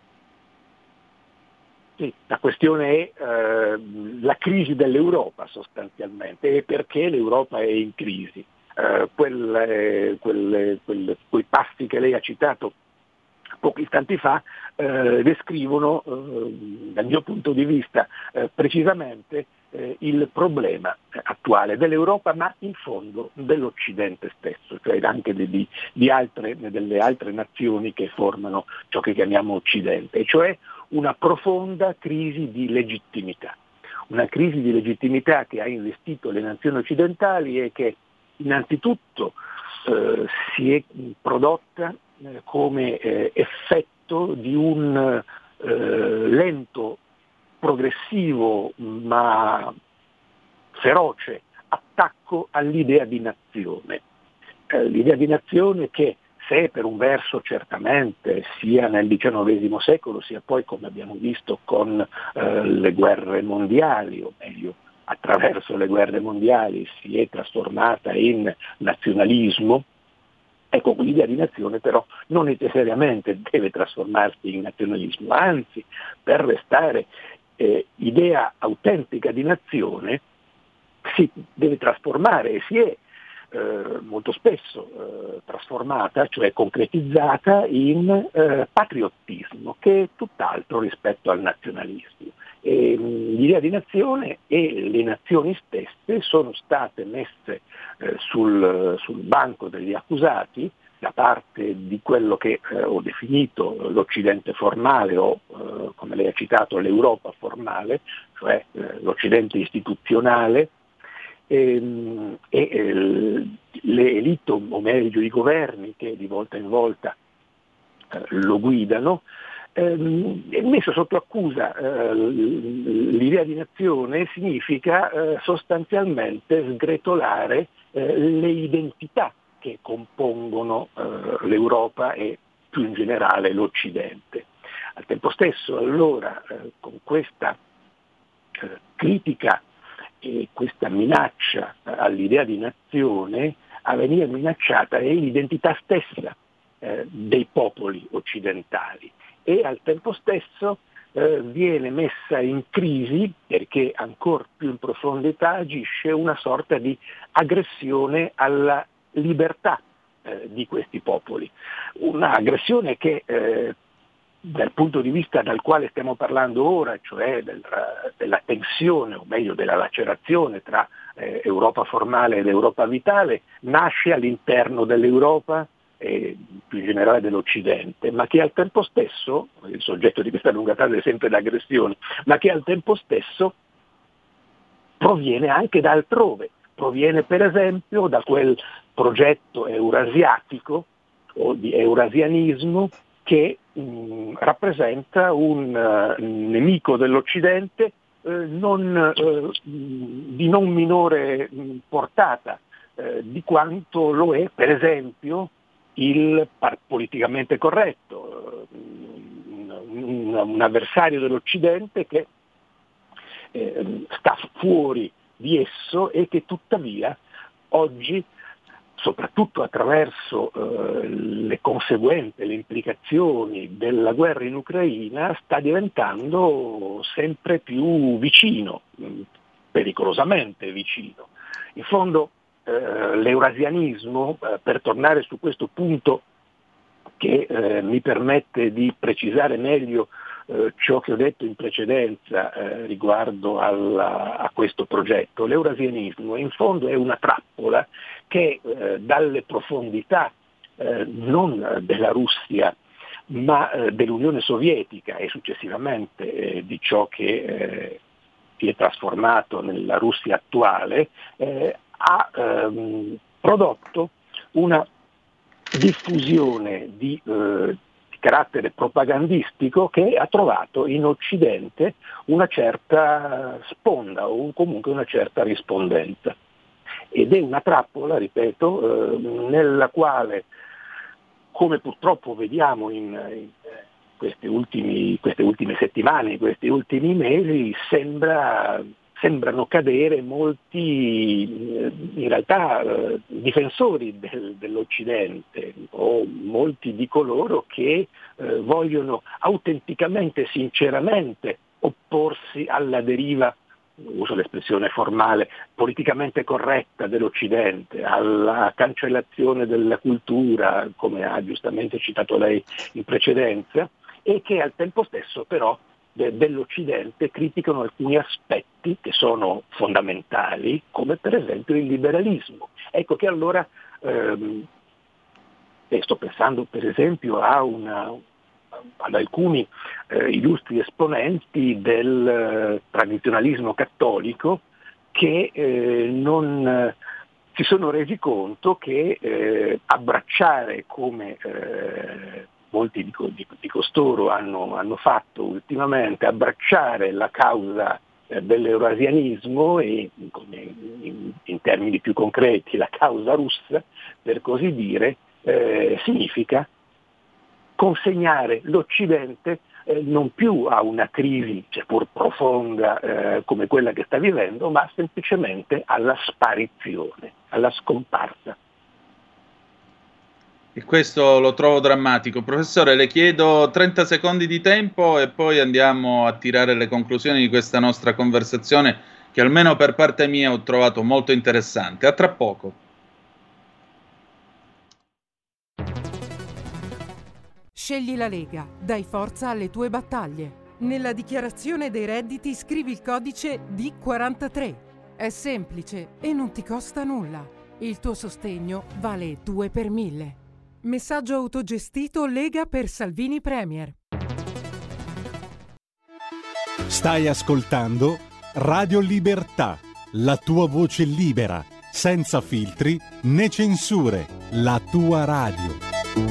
Sì, la questione è eh, la crisi dell'Europa sostanzialmente, e perché l'Europa è in crisi. Eh, quelle, quelle, quelle, quei passi che lei ha citato pochi istanti fa eh, descrivono eh, dal mio punto di vista eh, precisamente eh, il problema attuale dell'Europa, ma in fondo dell'Occidente stesso, cioè anche di, di altre, delle altre nazioni che formano ciò che chiamiamo Occidente, e cioè una profonda crisi di legittimità, una crisi di legittimità che ha investito le nazioni occidentali e che innanzitutto eh, si è prodotta come eh, effetto di un eh, lento, progressivo ma feroce attacco all'idea di nazione. Eh, l'idea di nazione che, se per un verso certamente sia nel diciannovesimo secolo, sia poi, come abbiamo visto, con eh, le guerre mondiali, o meglio attraverso le guerre mondiali, si è trasformata in nazionalismo. Ecco, l'idea di nazione però non necessariamente deve trasformarsi in nazionalismo, anzi, per restare eh, idea autentica di nazione si deve trasformare, e si è eh, molto spesso eh, trasformata, cioè concretizzata in eh, patriottismo, che è tutt'altro rispetto al nazionalismo. E, mh, l'idea di nazione e le nazioni stesse sono state messe eh, sul, sul banco degli accusati da parte di quello che eh, ho definito l'Occidente formale, o eh, come lei ha citato l'Europa formale, cioè eh, l'Occidente istituzionale, ehm, e eh, le elite, o meglio i governi che di volta in volta eh, lo guidano. Ehm, messo sotto accusa eh, l'idea di nazione significa eh, sostanzialmente sgretolare eh, le identità che compongono eh, l'Europa e più in generale l'Occidente. Al tempo stesso, allora, eh, con questa critica e questa minaccia all'idea di nazione, a venire minacciata è l'identità stessa eh, dei popoli occidentali e al tempo stesso eh, viene messa in crisi, perché ancora più in profondità agisce una sorta di aggressione alla libertà eh, di questi popoli. Un'aggressione che eh, dal punto di vista dal quale stiamo parlando ora, cioè del, della tensione, o meglio della lacerazione tra eh, Europa formale ed Europa vitale, nasce all'interno dell'Europa e più in generale dell'Occidente, ma che al tempo stesso, il soggetto di questa lunga frase è sempre l'aggressione, ma che al tempo stesso proviene anche da altrove, proviene per esempio da quel progetto eurasiatico o di eurasianismo che mh, rappresenta un uh, nemico dell'Occidente uh, non, uh, di non minore mh, portata uh, di quanto lo è per esempio il par- politicamente corretto, uh, un, un avversario dell'Occidente che uh, sta fuori di esso e che tuttavia oggi, soprattutto attraverso eh, le conseguenze, le implicazioni della guerra in Ucraina, sta diventando sempre più vicino, pericolosamente vicino. In fondo eh, l'eurasianismo, eh, per tornare su questo punto che eh, mi permette di precisare meglio eh, ciò che ho detto in precedenza eh, riguardo alla, a questo progetto, l'eurasianismo in fondo è una trappola che eh, dalle profondità eh, non della Russia ma eh, dell'Unione Sovietica e successivamente eh, di ciò che eh, si è trasformato nella Russia attuale, eh, ha ehm, prodotto una diffusione di, eh, di carattere propagandistico che ha trovato in Occidente una certa sponda o comunque una certa rispondenza. Ed è una trappola, ripeto, eh, nella quale, come purtroppo vediamo in, in questi ultimi, queste ultime settimane, in questi ultimi mesi, sembra, sembrano cadere molti, in realtà, eh, difensori del, dell'Occidente o molti di coloro che eh, vogliono autenticamente, sinceramente opporsi alla deriva, uso l'espressione formale, politicamente corretta dell'Occidente, alla cancellazione della cultura, come ha giustamente citato lei in precedenza, e che al tempo stesso però de- dell'Occidente criticano alcuni aspetti che sono fondamentali, come per esempio il liberalismo. Ecco che allora, ehm, e sto pensando per esempio a una... ad alcuni eh, illustri esponenti del eh, tradizionalismo cattolico che eh, non eh, si sono resi conto che eh, abbracciare, come eh, molti di, di, di costoro hanno, hanno fatto ultimamente, abbracciare la causa eh, dell'eurasianismo e in, in termini più concreti la causa russa, per così dire, eh, significa consegnare l'Occidente eh, non più a una crisi, seppur profonda eh, come quella che sta vivendo, ma semplicemente alla sparizione, alla scomparsa. E questo lo trovo drammatico. Professore, le chiedo trenta secondi di tempo e poi andiamo a tirare le conclusioni di questa nostra conversazione che almeno per parte mia ho trovato molto interessante. A tra poco. Scegli la Lega, dai forza alle tue battaglie. Nella dichiarazione dei redditi scrivi il codice D quarantatré. È semplice e non ti costa nulla. Il tuo sostegno vale due per mille. Messaggio autogestito Lega per Salvini Premier. Stai ascoltando Radio Libertà, la tua voce libera, senza filtri né censure, la tua radio.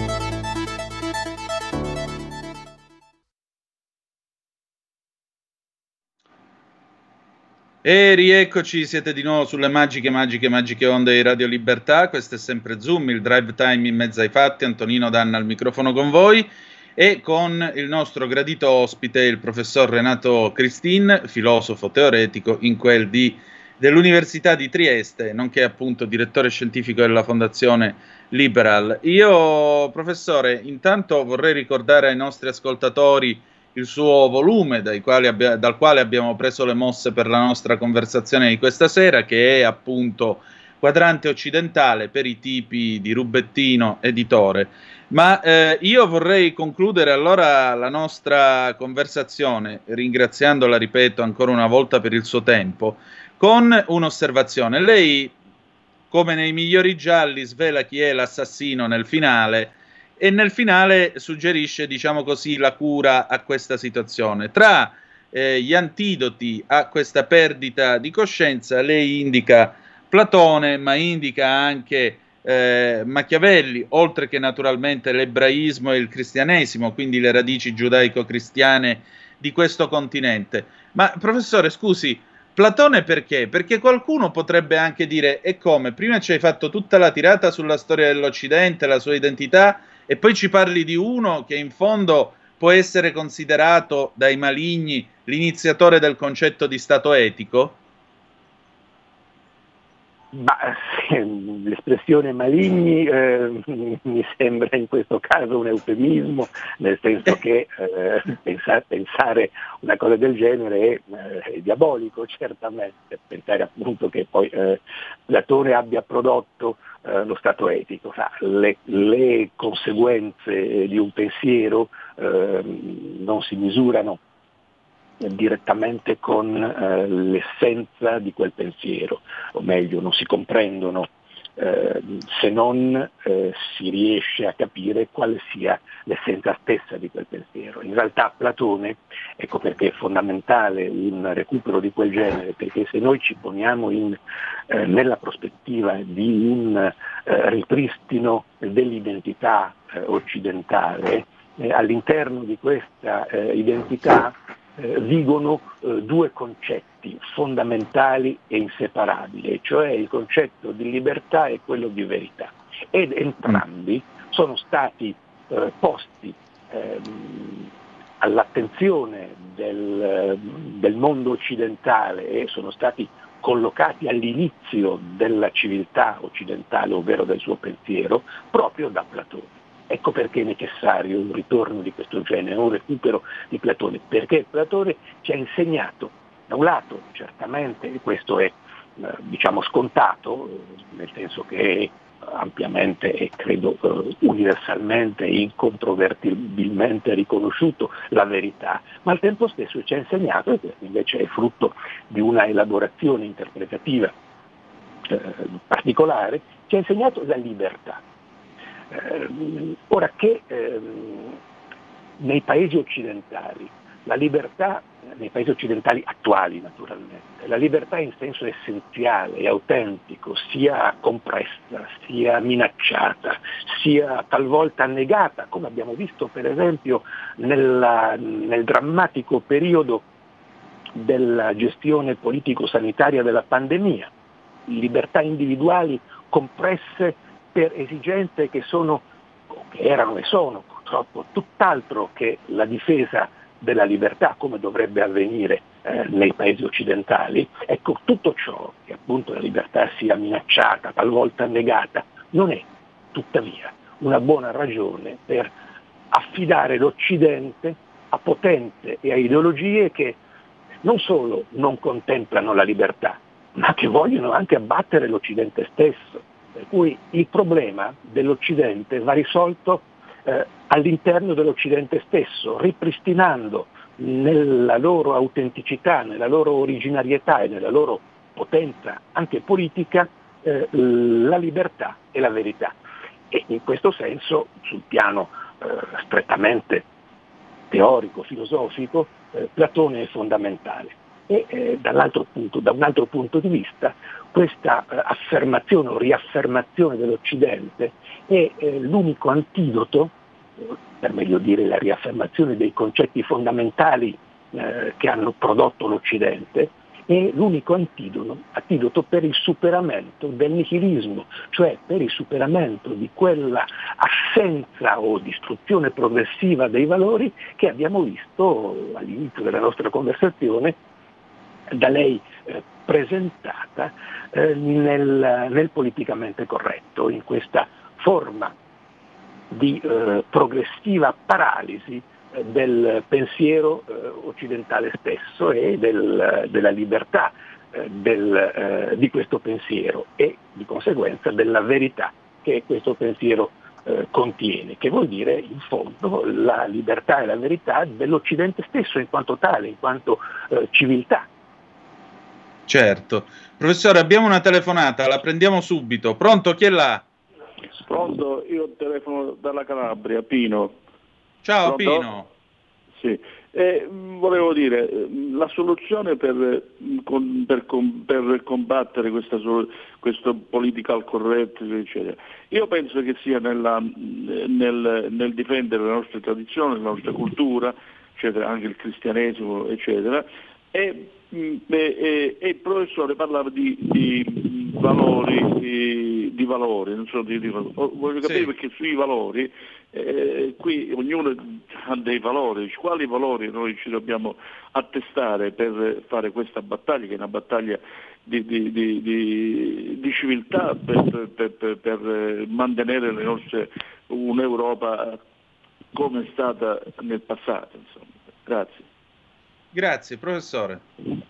E rieccoci, siete di nuovo sulle magiche, magiche, magiche onde di Radio Libertà. Questo è sempre Zoom, il drive time in mezzo ai fatti. Antonino Danna al microfono con voi. e con il nostro gradito ospite, il professor Renato Cristin, filosofo teoretico in quel di, dell'Università di Trieste, nonché appunto direttore scientifico della Fondazione Liberal. Io, professore, intanto vorrei ricordare ai nostri ascoltatori il suo volume dai quali abbia, dal quale abbiamo preso le mosse per la nostra conversazione di questa sera, che è appunto Quadrante occidentale per i tipi di Rubettino, editore. Ma eh, io vorrei concludere allora la nostra conversazione, ringraziandola, ripeto, ancora una volta per il suo tempo, con un'osservazione. Lei, come nei migliori gialli, svela chi è l'assassino nel finale, e nel finale suggerisce, diciamo così, la cura a questa situazione. Tra eh, gli antidoti a questa perdita di coscienza, lei indica Platone, ma indica anche Eh, Machiavelli, oltre che naturalmente l'ebraismo e il cristianesimo, quindi le radici giudaico-cristiane di questo continente. Ma professore, scusi, Platone perché? Perché qualcuno potrebbe anche dire: e come? Prima ci hai fatto tutta la tirata sulla storia dell'Occidente, la sua identità, e poi ci parli di uno che in fondo può essere considerato dai maligni l'iniziatore del concetto di stato etico? Ma l'espressione maligni eh, mi sembra in questo caso un eufemismo, nel senso che eh, pensare, pensare una cosa del genere è, eh, è diabolico, certamente. Pensare appunto che poi eh, Platone abbia prodotto eh, lo stato etico, sa, le, le conseguenze di un pensiero eh, non si misurano direttamente con eh, l'essenza di quel pensiero, o meglio non si comprendono eh, se non eh, si riesce a capire quale sia l'essenza stessa di quel pensiero. In realtà Platone, ecco perché è fondamentale un recupero di quel genere, perché se noi ci poniamo in, eh, nella prospettiva di un eh, ripristino dell'identità eh, occidentale, eh, all'interno di questa eh, identità Eh, vigono eh, due concetti fondamentali e inseparabili, cioè il concetto di libertà e quello di verità, ed entrambi sono stati eh, posti ehm, all'attenzione del, del mondo occidentale e sono stati collocati all'inizio della civiltà occidentale, ovvero del suo pensiero, proprio da Platone. Ecco perché è necessario un ritorno di questo genere, un recupero di Platone, perché Platone ci ha insegnato, da un lato certamente, e questo è eh, diciamo scontato, nel senso che è ampiamente e credo eh, universalmente e incontrovertibilmente riconosciuto la verità, ma al tempo stesso ci ha insegnato, e questo invece è frutto di una elaborazione interpretativa eh, particolare, ci ha insegnato la libertà. Eh, ora che eh, nei paesi occidentali la libertà, nei paesi occidentali attuali naturalmente, la libertà in senso essenziale e autentico sia compressa, sia minacciata, sia talvolta negata, come abbiamo visto per esempio nella, nel drammatico periodo della gestione politico-sanitaria della pandemia, libertà individuali compresse per esigenze che sono, che erano e sono purtroppo tutt'altro che la difesa della libertà, come dovrebbe avvenire eh, nei paesi occidentali. Ecco, tutto ciò che appunto la libertà sia minacciata, talvolta negata, non è tuttavia una buona ragione per affidare l'Occidente a potenze e a ideologie che non solo non contemplano la libertà, ma che vogliono anche abbattere l'Occidente stesso. Per cui il problema dell'Occidente va risolto eh, all'interno dell'Occidente stesso, ripristinando nella loro autenticità, nella loro originarietà e nella loro potenza anche politica eh, la libertà e la verità. E in questo senso, sul piano eh, strettamente teorico, filosofico, eh, Platone è fondamentale. E eh, dall'altro punto, da un altro punto di vista, questa eh, affermazione o riaffermazione dell'Occidente è eh, l'unico antidoto, eh, per meglio dire la riaffermazione dei concetti fondamentali eh, che hanno prodotto l'Occidente, è l'unico antidoto, antidoto per il superamento del nichilismo, cioè per il superamento di quella assenza o distruzione progressiva dei valori che abbiamo visto all'inizio della nostra conversazione da lei eh, presentata eh, nel, nel politicamente corretto, in questa forma di eh, progressiva paralisi eh, del pensiero eh, occidentale stesso e del, della libertà eh, del, eh, di questo pensiero e di conseguenza della verità che questo pensiero eh, contiene, che vuol dire in fondo la libertà e la verità dell'Occidente stesso in quanto tale, in quanto eh, civiltà. Certo. Professore, abbiamo una telefonata, la prendiamo subito. Pronto, chi è là? Pronto, io telefono dalla Calabria, Pino. Ciao. Pronto? Pino. Sì, eh, volevo dire, la soluzione per, con, per, per combattere questa, questo political correct, eccetera, io penso che sia nella, nel, nel difendere le nostre tradizioni, la nostra cultura, eccetera, anche il cristianesimo, eccetera, e, e, e, e il professore parlava di, di valori, di, di valori, non so, di, di, voglio capire, sì. Perché sui valori, eh, qui ognuno ha dei valori, quali valori noi ci dobbiamo attestare per fare questa battaglia, che è una battaglia di, di, di, di, di civiltà, per, per, per, per mantenere le nostre, un'Europa come è stata nel passato, insomma. Grazie. Grazie, professore.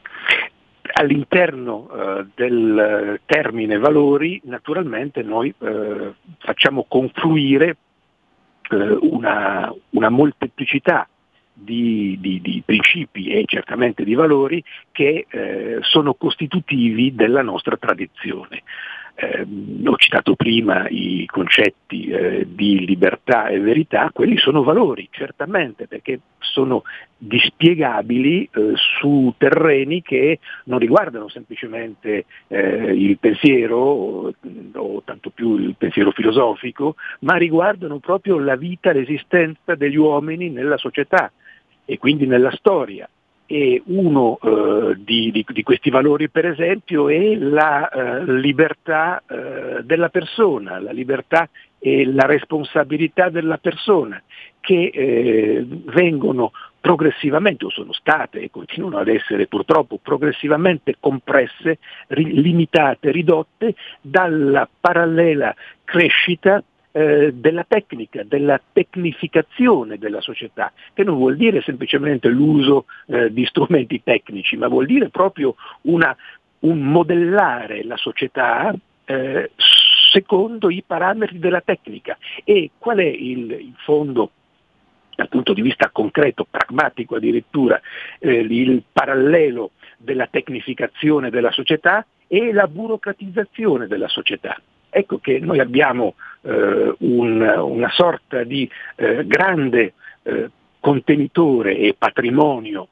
All'interno eh, del termine valori, naturalmente noi eh, facciamo confluire eh, una, una molteplicità di, di, di principi e certamente di valori che eh, sono costitutivi della nostra tradizione. Eh, ho citato prima i concetti eh, di libertà e verità, quelli sono valori, certamente, perché sono dispiegabili eh, su terreni che non riguardano semplicemente eh, il pensiero, o, o tanto più il pensiero filosofico, ma riguardano proprio la vita, l'esistenza degli uomini nella società e quindi nella storia. E uno eh, di, di, di questi valori, per esempio, è la eh, libertà eh, della persona, la libertà e la responsabilità della persona, che eh, vengono progressivamente, o sono state e continuano ad essere purtroppo progressivamente compresse, ri- limitate, ridotte dalla parallela crescita Eh, della tecnica, della tecnificazione della società, che non vuol dire semplicemente l'uso eh, di strumenti tecnici, ma vuol dire proprio una, un modellare la società eh, secondo i parametri della tecnica. E qual è il, il fondo, dal punto di vista concreto, pragmatico addirittura, eh, il parallelo della tecnificazione della società e la burocratizzazione della società? Ecco che noi abbiamo eh, un, una sorta di eh, grande eh, contenitore e patrimonio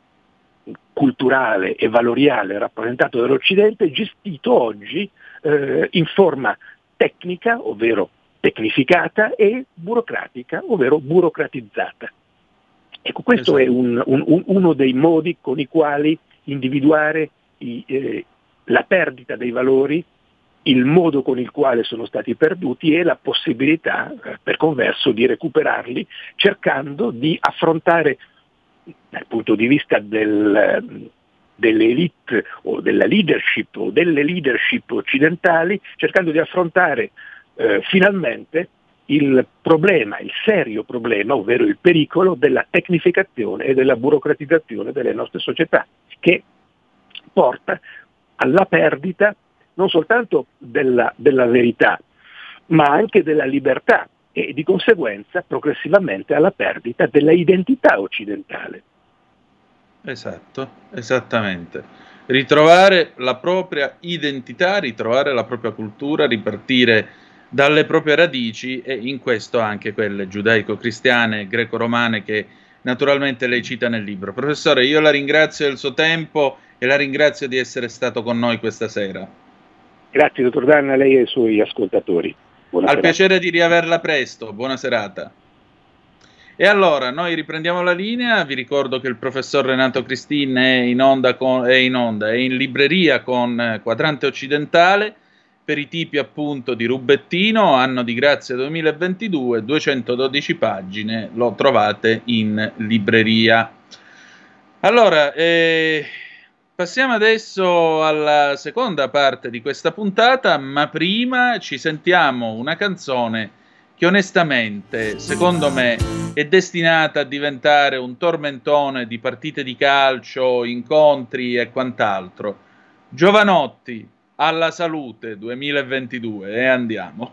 culturale e valoriale rappresentato dall'Occidente, gestito oggi eh, in forma tecnica, ovvero tecnificata, e burocratica, ovvero burocratizzata. Ecco, questo esatto. è un, un, uno dei modi con i quali individuare i, eh, la perdita dei valori, il modo con il quale sono stati perduti e la possibilità, eh, per converso, di recuperarli, cercando di affrontare, dal punto di vista del, delle elite o della leadership o delle leadership occidentali, cercando di affrontare eh, finalmente il problema, il serio problema, ovvero il pericolo della tecnificazione e della burocratizzazione delle nostre società, che porta alla perdita non soltanto della, della verità, ma anche della libertà e di conseguenza progressivamente alla perdita della identità occidentale. Esatto, esattamente. Ritrovare la propria identità, ritrovare la propria cultura, ripartire dalle proprie radici, e in questo anche quelle giudaico-cristiane, greco-romane, che naturalmente lei cita nel libro. Professore, io la ringrazio del suo tempo e la ringrazio di essere stato con noi questa sera. Grazie dottor Danna, a lei e ai suoi ascoltatori. Buona Al serata. piacere di riaverla presto, buona serata. E allora, noi riprendiamo la linea, vi ricordo che il professor Renato Cristin è in onda, con, è in, onda, è in libreria con Quadrante Occidentale, per i tipi appunto di Rubettino, anno di grazia duemilaventidue, duecentododici pagine, lo trovate in libreria. Allora, eh, passiamo adesso alla seconda parte di questa puntata, ma prima ci sentiamo una canzone che onestamente, secondo me, è destinata a diventare un tormentone di partite di calcio, incontri e quant'altro. Giovanotti, alla salute duemilaventidue, e andiamo.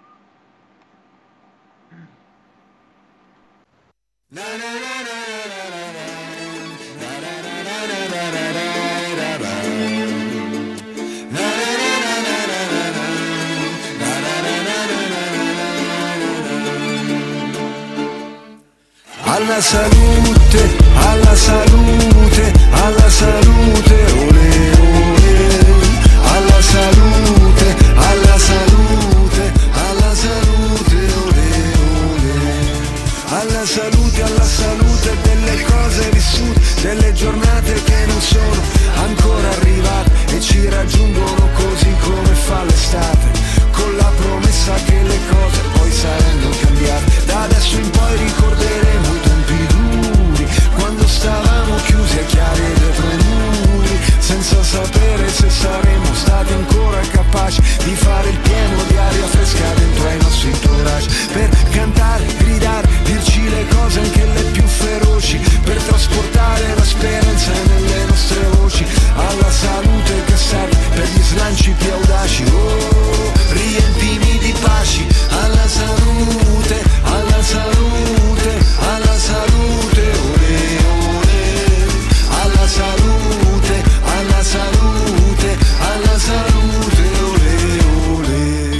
Alla salute, alla salute, alla salute, ole ole. Alla salute, alla salute, alla salute, ole ole. Alla salute, alla salute delle cose vissute, delle giornate che non sono ancora arrivate e ci raggiungono così come fa l'estate, con la promessa che le cose poi saranno cambiate. Da adesso in poi ricorderemo i tempi duri, quando stavamo chiusi e chiari dietro i muri, senza sapere se saremmo stati ancora capaci di fare il pieno di aria fresca dentro ai nostri entourage, per cantare, gridare, dirci le cose anche le più feroci, per trasportare la speranza nelle nostre voci. Alla salute che serve per gli slanci più audaci, oh, riempimi di paci. Alla salute, alla salute, alla salute, ole ole. Alla salute, alla salute, alla salute, ole ole.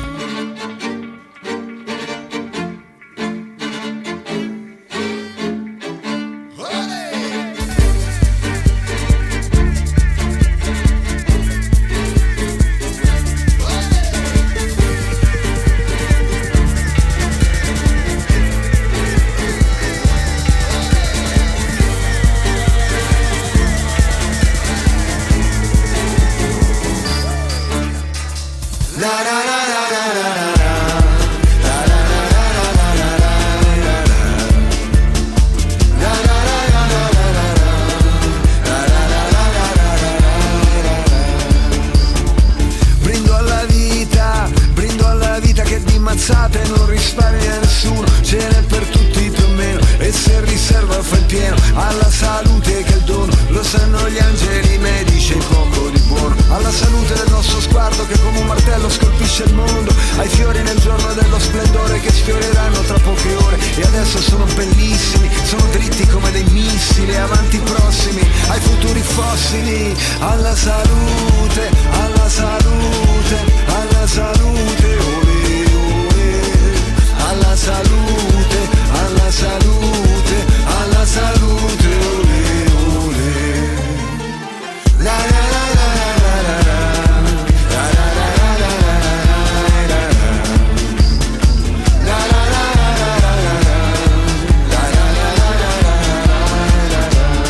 Brindo alla vita, brindo alla vita che di mazzate non risparmia nessuno, ce n'è per tutti più o meno, e se riserva fa il pieno. Alla salute che è il dono, lo sanno gli angeli medici e poco di buono. Alla salute del nostro sguardo che come un martello scolpisce il mondo, ai fiori nel giorno dello splendore che sfioreranno tra poche ore, e adesso sono bellissimi, sono dritti come dei missili, avanti prossimi ai futuri fossili. Alla salute, alla salute, alla salute, ole ole. Alla salute, alla salute, alla salute, ole ole. La la la la la la la. La la la la la la la. La la la la la la. La la la la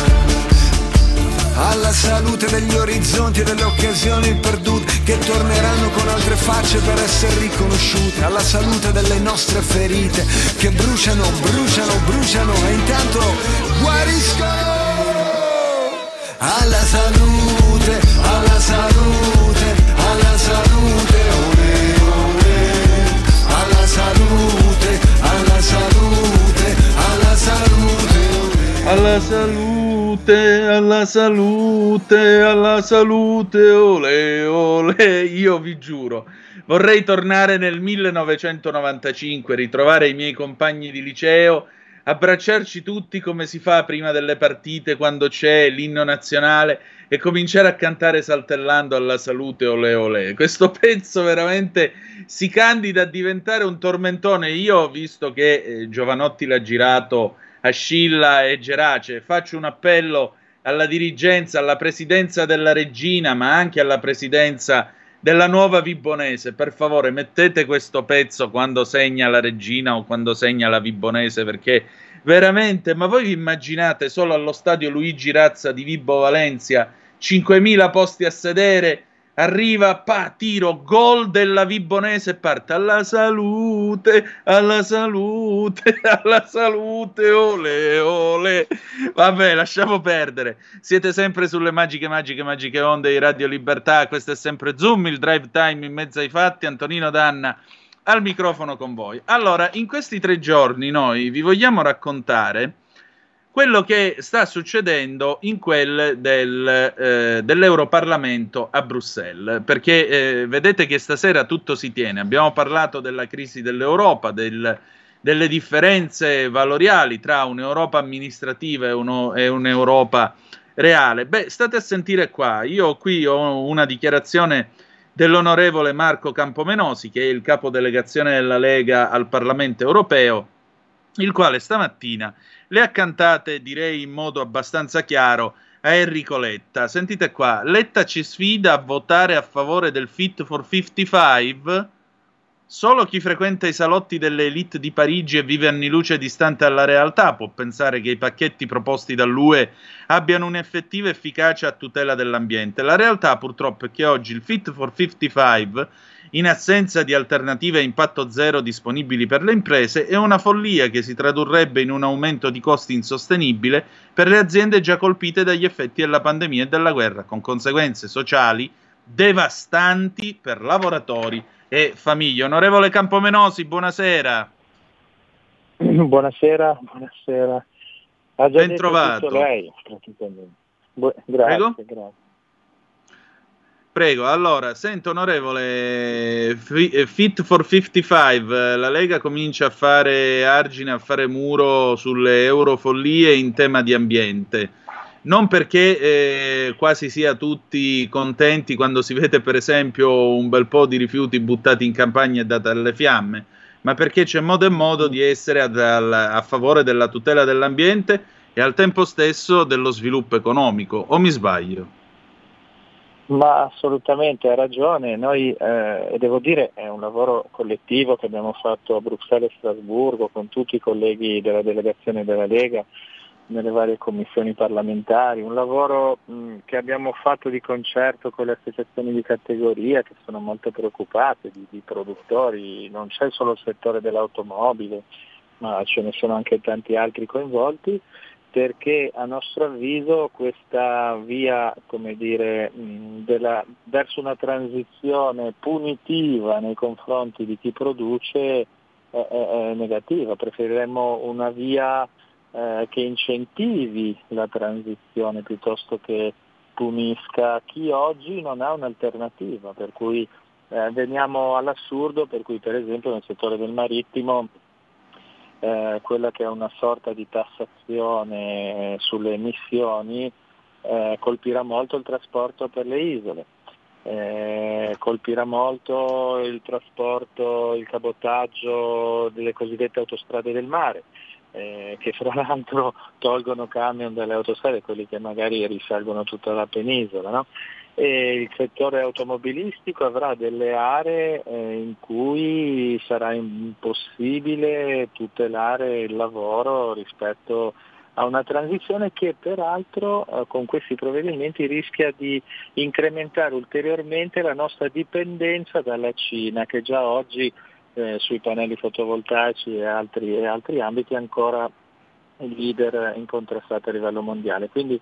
la la. Alla salute degli orizzonti e delle occasioni perdute che torneranno con altre facce per essere riconosciute. Alla salute delle nostre ferite che bruciano, bruciano, bruciano e intanto guariscono. Alla salute, alla salute, alla salute, ole ole. Alla salute, alla salute, alla salute, ole. Alla salute, alla salute, alla salute, ole ole. Io vi giuro, vorrei tornare nel millenovecentonovantacinque, ritrovare i miei compagni di liceo, abbracciarci tutti come si fa prima delle partite quando c'è l'inno nazionale e cominciare a cantare saltellando alla salute, ole ole. Questo pezzo veramente si candida a diventare un tormentone. Io ho visto che eh, Giovanotti l'ha girato a Scilla e Gerace, faccio un appello alla dirigenza, alla presidenza della Regina, ma anche alla presidenza della Nuova Vibonese, per favore mettete questo pezzo quando segna la Regina o quando segna la Vibonese, perché veramente, ma voi vi immaginate solo allo stadio Luigi Razza di Vibo Valencia, cinquemila posti a sedere, arriva, pa, tiro, gol della Vibonese e parte alla salute, alla salute, alla salute, ole, ole. Vabbè, lasciamo perdere. Siete sempre sulle magiche, magiche, magiche onde di Radio Libertà. Questo è sempre Zoom, il drive time in mezzo ai fatti. Antonino Danna al microfono con voi. Allora, in questi tre giorni noi vi vogliamo raccontare quello che sta succedendo in quel del, eh, dell'Europarlamento a Bruxelles, perché eh, vedete che stasera tutto si tiene. Abbiamo parlato della crisi dell'Europa, del, delle differenze valoriali tra un'Europa amministrativa e, uno, e un'Europa reale. Beh, state a sentire qua, io qui ho una dichiarazione dell'onorevole Marco Campomenosi, che è il capodelegazione della Lega al Parlamento Europeo, il quale stamattina le ha cantate, direi in modo abbastanza chiaro, a Enrico Letta. Sentite qua, Letta ci sfida a votare a favore del Fit for cinquantacinque? Solo chi frequenta i salotti delle elite di Parigi e vive anni luce distante dalla realtà può pensare che i pacchetti proposti dall'U E abbiano un'effettiva efficacia a tutela dell'ambiente. La realtà purtroppo è che oggi il Fit for cinquantacinque, in assenza di alternative a impatto zero disponibili per le imprese, è una follia che si tradurrebbe in un aumento di costi insostenibile per le aziende già colpite dagli effetti della pandemia e della guerra, con conseguenze sociali devastanti per lavoratori e famiglie. Onorevole Campomenosi, buonasera. Buonasera, buonasera. Ha già ben trovato. Detto lei, praticamente. Bu- grazie, Prego? grazie. Prego, allora, sento onorevole, Fit for cinquantacinque, la Lega comincia a fare argine, a fare muro sulle eurofollie in tema di ambiente. Non perché eh, quasi sia tutti contenti quando si vede per esempio un bel po' di rifiuti buttati in campagna e dati alle fiamme, ma perché c'è modo e modo di essere a, a, a favore della tutela dell'ambiente e al tempo stesso dello sviluppo economico. O mi sbaglio? Ma assolutamente, ha ragione. Noi, eh, e devo dire, è un lavoro collettivo che abbiamo fatto a Bruxelles e Strasburgo con tutti i colleghi della delegazione della Lega nelle varie commissioni parlamentari, un lavoro mh, che abbiamo fatto di concerto con le associazioni di categoria che sono molto preoccupate di, di produttori. Non c'è solo il settore dell'automobile, ma ce ne sono anche tanti altri coinvolti, perché a nostro avviso questa via, come dire, mh, della, verso una transizione punitiva nei confronti di chi produce è, è, è negativa. Preferiremmo una via eh, che incentivi la transizione piuttosto che punisca chi oggi non ha un'alternativa, per cui eh, veniamo all'assurdo per cui per esempio nel settore del marittimo Eh, quella che è una sorta di tassazione sulle emissioni eh, colpirà molto il trasporto per le isole, eh, colpirà molto il trasporto, il cabotaggio delle cosiddette autostrade del mare, eh, che fra l'altro tolgono camion dalle autostrade, quelli che magari risalgono tutta la penisola, no? E il settore automobilistico avrà delle aree eh, in cui sarà impossibile tutelare il lavoro rispetto a una transizione che peraltro eh, con questi provvedimenti rischia di incrementare ulteriormente la nostra dipendenza dalla Cina, che già oggi eh, sui pannelli fotovoltaici e altri, e altri ambiti è ancora il leader incontrastato a livello mondiale. Quindi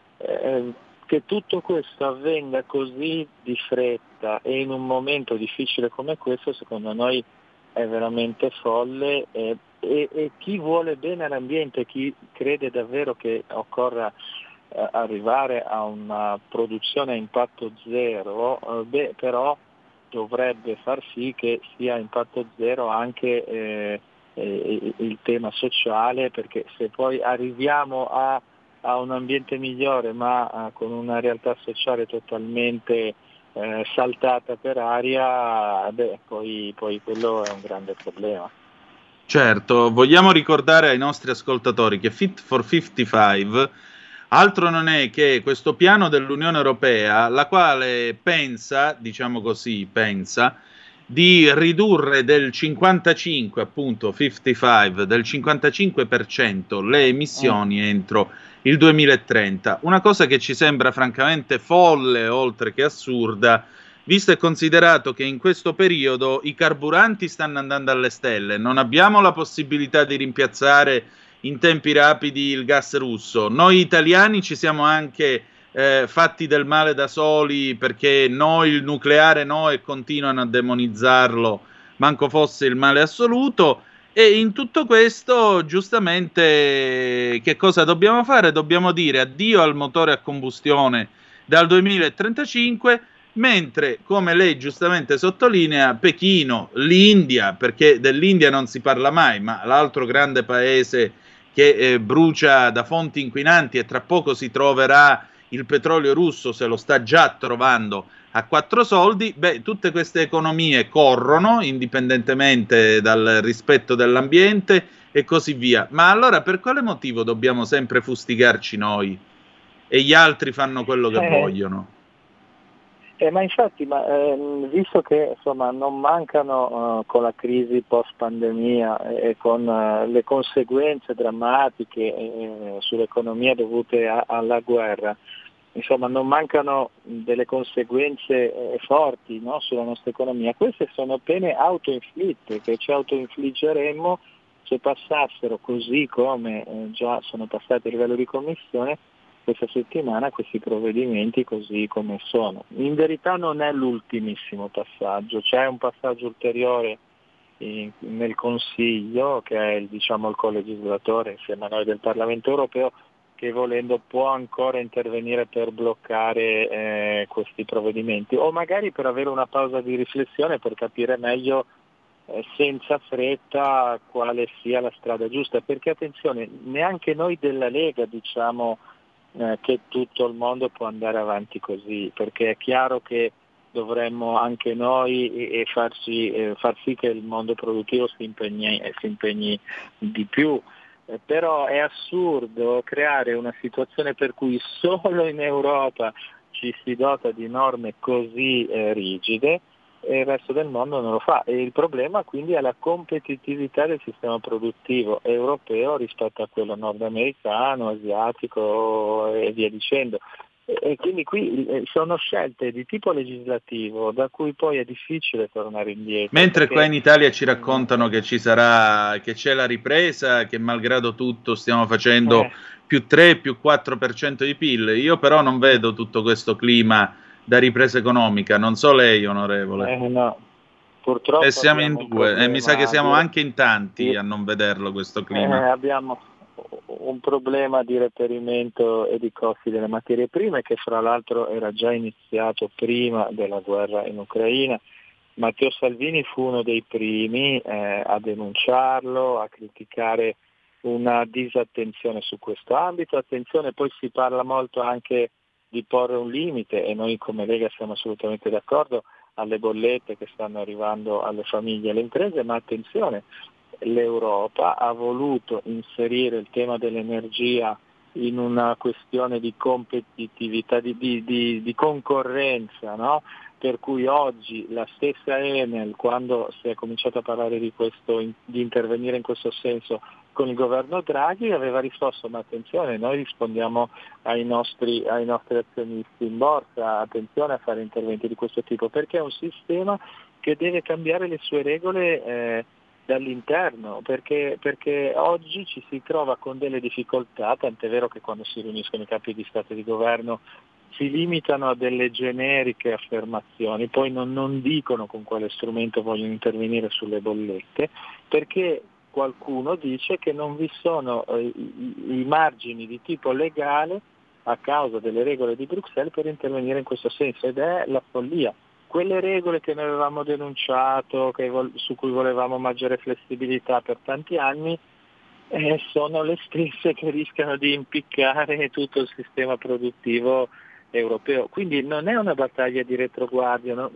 eh, che tutto questo avvenga così di fretta e in un momento difficile come questo, secondo noi è veramente folle, e, e, e chi vuole bene all'ambiente, chi crede davvero che occorra eh, arrivare a una produzione a impatto zero, eh, beh, però dovrebbe far sì che sia a impatto zero anche eh, eh, il tema sociale, perché se poi arriviamo a a un ambiente migliore ma uh, con una realtà sociale totalmente eh, saltata per aria, beh, poi, poi quello è un grande problema. Certo, vogliamo ricordare ai nostri ascoltatori che Fit for cinquantacinque altro non è che questo piano dell'Unione Europea, la quale pensa, diciamo così, pensa di ridurre del cinquantacinque, appunto cinquantacinque, del cinquantacinque per cento le emissioni entro il duemilatrenta. Una cosa che ci sembra francamente folle, oltre che assurda, visto e considerato che in questo periodo i carburanti stanno andando alle stelle, non abbiamo la possibilità di rimpiazzare in tempi rapidi il gas russo. Noi italiani ci siamo anche eh, fatti del male da soli, perché noi il nucleare no, e continuano a demonizzarlo, manco fosse il male assoluto. E in tutto questo, giustamente, che cosa dobbiamo fare? Dobbiamo dire addio al motore a combustione dal duemilatrentacinque, mentre, come lei giustamente sottolinea, Pechino, l'India, perché dell'India non si parla mai, ma l'altro grande paese che eh, brucia da fonti inquinanti, e tra poco si troverà il petrolio russo, se lo sta già trovando, a quattro soldi. Beh, tutte queste economie corrono indipendentemente dal rispetto dell'ambiente e così via. Ma allora per quale motivo dobbiamo sempre fustigarci noi e gli altri fanno quello che eh, vogliono? Eh, ma infatti, ma, ehm, visto che insomma non mancano uh, con la crisi post pandemia e, e con uh, le conseguenze drammatiche eh, sull'economia dovute a, alla guerra, insomma non mancano delle conseguenze eh, forti, no, sulla nostra economia. Queste sono pene autoinflitte che ci autoinfliggeremmo se passassero così come eh, già sono passati a livello di commissione questa settimana questi provvedimenti così come sono. In verità non è l'ultimissimo passaggio, c'è un passaggio ulteriore in, nel Consiglio, che è il, diciamo, il colegislatore insieme a noi del Parlamento europeo, che volendo può ancora intervenire per bloccare eh, questi provvedimenti, o magari per avere una pausa di riflessione per capire meglio eh, senza fretta quale sia la strada giusta, perché attenzione, neanche noi della Lega diciamo eh, che tutto il mondo può andare avanti così, perché è chiaro che dovremmo anche noi e, e farci, eh, far sì che il mondo produttivo si impegni, eh, si impegni di più. Però è assurdo creare una situazione per cui solo in Europa ci si dota di norme così eh, rigide e il resto del mondo non lo fa. E il problema quindi è la competitività del sistema produttivo europeo rispetto a quello nordamericano, asiatico e via dicendo. E quindi qui sono scelte di tipo legislativo da cui poi è difficile tornare indietro. Mentre perché... qua in Italia ci raccontano che ci sarà, che c'è la ripresa, che malgrado tutto stiamo facendo eh. più tre, più quattro per cento di P I L. Io però non vedo tutto questo clima da ripresa economica, non so lei, onorevole. Eh, no. Purtroppo e siamo in due, e mi sa che siamo anche in tanti a non vederlo questo clima. Eh, abbiamo un problema di reperimento e di costi delle materie prime che fra l'altro era già iniziato prima della guerra in Ucraina. Matteo Salvini fu uno dei primi eh, a denunciarlo, a criticare una disattenzione su questo ambito. Attenzione, poi si parla molto anche di porre un limite, e noi come Lega siamo assolutamente d'accordo, alle bollette che stanno arrivando alle famiglie e alle imprese, ma attenzione, l'Europa ha voluto inserire il tema dell'energia in una questione di competitività, di, di, di, di concorrenza, no? Per cui oggi la stessa Enel, quando si è cominciato a parlare di questo, di intervenire in questo senso con il governo Draghi, aveva risposto: ma attenzione, noi rispondiamo ai nostri, ai nostri azionisti in borsa, attenzione a fare interventi di questo tipo, perché è un sistema che deve cambiare le sue regole eh, dall'interno, perché, perché oggi ci si trova con delle difficoltà, tant'è vero che quando si riuniscono i capi di Stato e di Governo si limitano a delle generiche affermazioni, poi non, non dicono con quale strumento vogliono intervenire sulle bollette, perché qualcuno dice che non vi sono eh, i, i margini di tipo legale a causa delle regole di Bruxelles per intervenire in questo senso, ed è la follia. Quelle regole che noi avevamo denunciato, che vol- su cui volevamo maggiore flessibilità per tanti anni, eh, sono le stesse che rischiano di impiccare tutto il sistema produttivo europeo. Quindi non è una battaglia di retroguardia, no?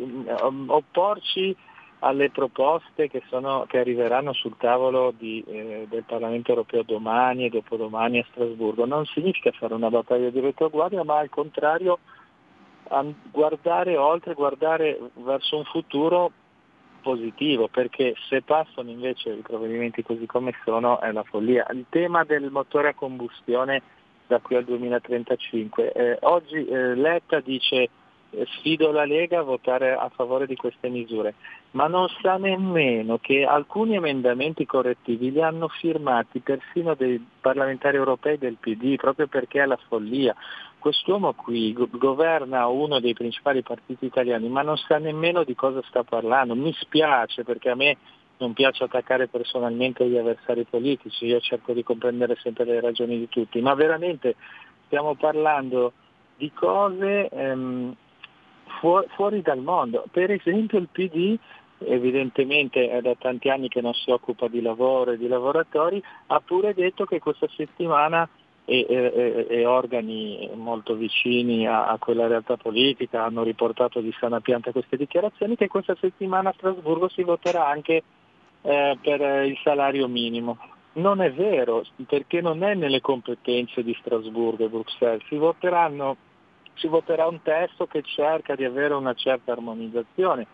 Opporci alle proposte che, sono, che arriveranno sul tavolo di, eh, del Parlamento europeo domani e dopodomani a Strasburgo non significa fare una battaglia di retroguardia, ma al contrario a guardare oltre, guardare verso un futuro positivo, perché se passano invece i provvedimenti così come sono è la follia. Il tema del motore a combustione da qui al duemilatrentacinque, eh, oggi eh, Letta dice eh, sfido la Lega a votare a favore di queste misure, ma non sa nemmeno che alcuni emendamenti correttivi li hanno firmati persino dei parlamentari europei del P D, proprio perché è la follia. Quest'uomo qui go- governa uno dei principali partiti italiani, ma non sa nemmeno di cosa sta parlando. Mi spiace, perché a me non piace attaccare personalmente gli avversari politici, io cerco di comprendere sempre le ragioni di tutti, ma veramente stiamo parlando di cose ehm, fuori, fuori dal mondo. Per esempio il P D, evidentemente è da tanti anni che non si occupa di lavoro e di lavoratori, ha pure detto che questa settimana e, e, e organi molto vicini a, a quella realtà politica hanno riportato di sana pianta queste dichiarazioni, che questa settimana a Strasburgo si voterà anche eh, per il salario minimo. Non è vero, perché non è nelle competenze di Strasburgo e Bruxelles, si voteranno, si voterà un testo che cerca di avere una certa armonizzazione,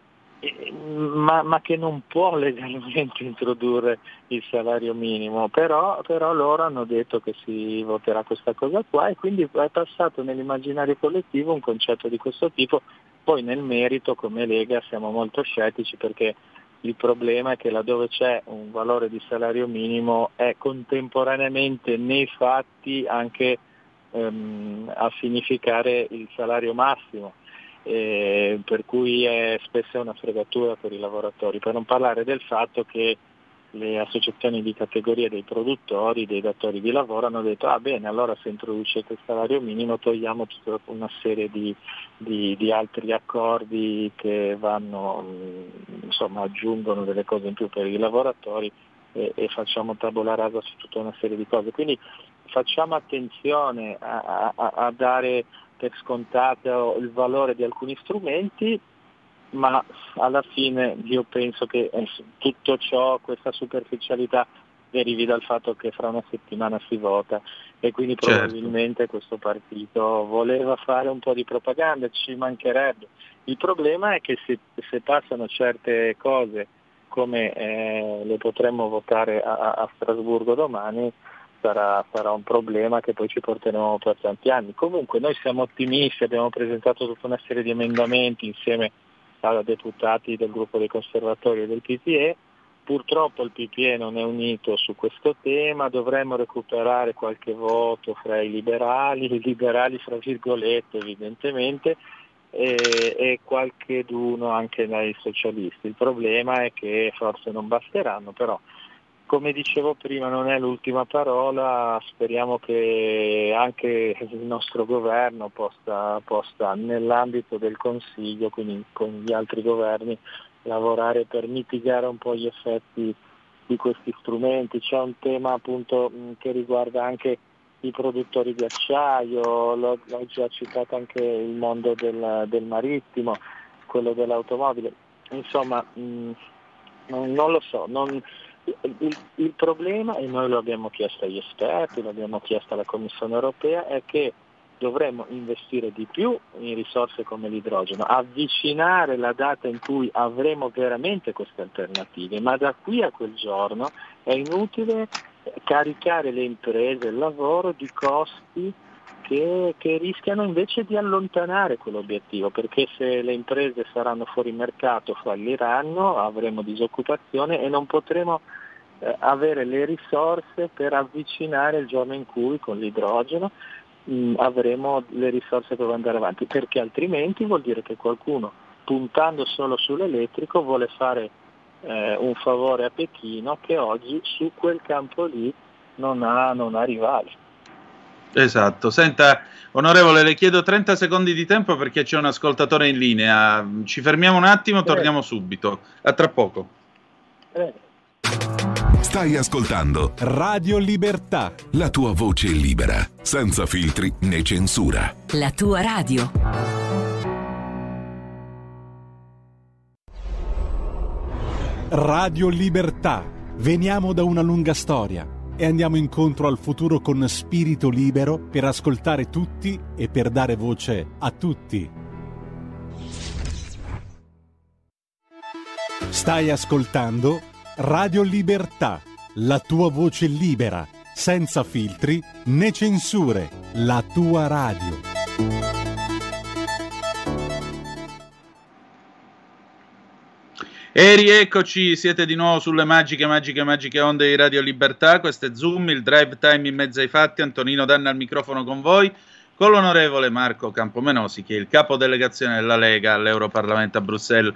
Ma, ma che non può legalmente introdurre il salario minimo, però, però loro hanno detto che si voterà questa cosa qua, e quindi è passato nell'immaginario collettivo un concetto di questo tipo. Poi nel merito, come Lega, siamo molto scettici, perché il problema è che laddove c'è un valore di salario minimo è contemporaneamente nei fatti anche ehm, a significare il salario massimo. Eh, per cui è spesso una fregatura per i lavoratori, per non parlare del fatto che le associazioni di categoria dei produttori, dei datori di lavoro hanno detto ah bene, allora se introducete il salario minimo togliamo tutta una serie di, di, di altri accordi che vanno, insomma, aggiungono delle cose in più per i lavoratori e, e facciamo tabula rasa su tutta una serie di cose. Quindi facciamo attenzione a, a, a dare per scontato il valore di alcuni strumenti, ma alla fine io penso che eh, tutto ciò, questa superficialità, derivi dal fatto che fra una settimana si vota, e quindi probabilmente certo. Questo partito voleva fare un po' di propaganda, ci mancherebbe. Il problema è che se, se passano certe cose come eh, le potremmo votare a, a Strasburgo domani, Sarà, sarà un problema che poi ci porteremo per tanti anni. Comunque noi siamo ottimisti, abbiamo presentato tutta una serie di emendamenti insieme a deputati del gruppo dei conservatori e del P P E. Purtroppo il P P E non è unito su questo tema, dovremmo recuperare qualche voto fra i liberali, i liberali fra virgolette evidentemente, e, e qualcheduno anche dai socialisti. Il problema è che forse non basteranno, però come dicevo prima non è l'ultima parola, speriamo che anche il nostro governo possa, possa nell'ambito del Consiglio, quindi con gli altri governi, lavorare per mitigare un po' gli effetti di questi strumenti. C'è un tema appunto che riguarda anche i produttori di acciaio, l'ho, l'ho già citato anche il mondo del, del marittimo, quello dell'automobile, insomma mh, non, non lo so, non... Il, il problema, e noi lo abbiamo chiesto agli esperti, lo abbiamo chiesto alla Commissione europea, è che dovremmo investire di più in risorse come l'idrogeno, avvicinare la data in cui avremo veramente queste alternative, ma da qui a quel giorno è inutile caricare le imprese e il lavoro di costi che, che rischiano invece di allontanare quell'obiettivo, perché se le imprese saranno fuori mercato falliranno, avremo disoccupazione e non potremo eh, avere le risorse per avvicinare il giorno in cui con l'idrogeno mh, avremo le risorse per andare avanti, perché altrimenti vuol dire che qualcuno, puntando solo sull'elettrico, vuole fare eh, un favore a Pechino, che oggi su quel campo lì non ha, non ha rivali. Esatto. Senta, onorevole, le chiedo trenta secondi di tempo perché c'è un ascoltatore in linea. Ci fermiamo un attimo, torniamo subito. A tra poco. Stai ascoltando Radio Libertà, la tua voce libera, senza filtri né censura. La tua radio. Radio Libertà. Veniamo da una lunga storia e andiamo incontro al futuro con spirito libero per ascoltare tutti e per dare voce a tutti. Stai ascoltando Radio Libertà, la tua voce libera, senza filtri né censure, la tua radio. E rieccoci, siete di nuovo sulle magiche, magiche, magiche onde di Radio Libertà. Questo è Zoom, il drive time in mezzo ai fatti. Antonino Danna al microfono con voi, con l'onorevole Marco Campomenosi, che è il capodelegazione della Lega all'Europarlamento a Bruxelles.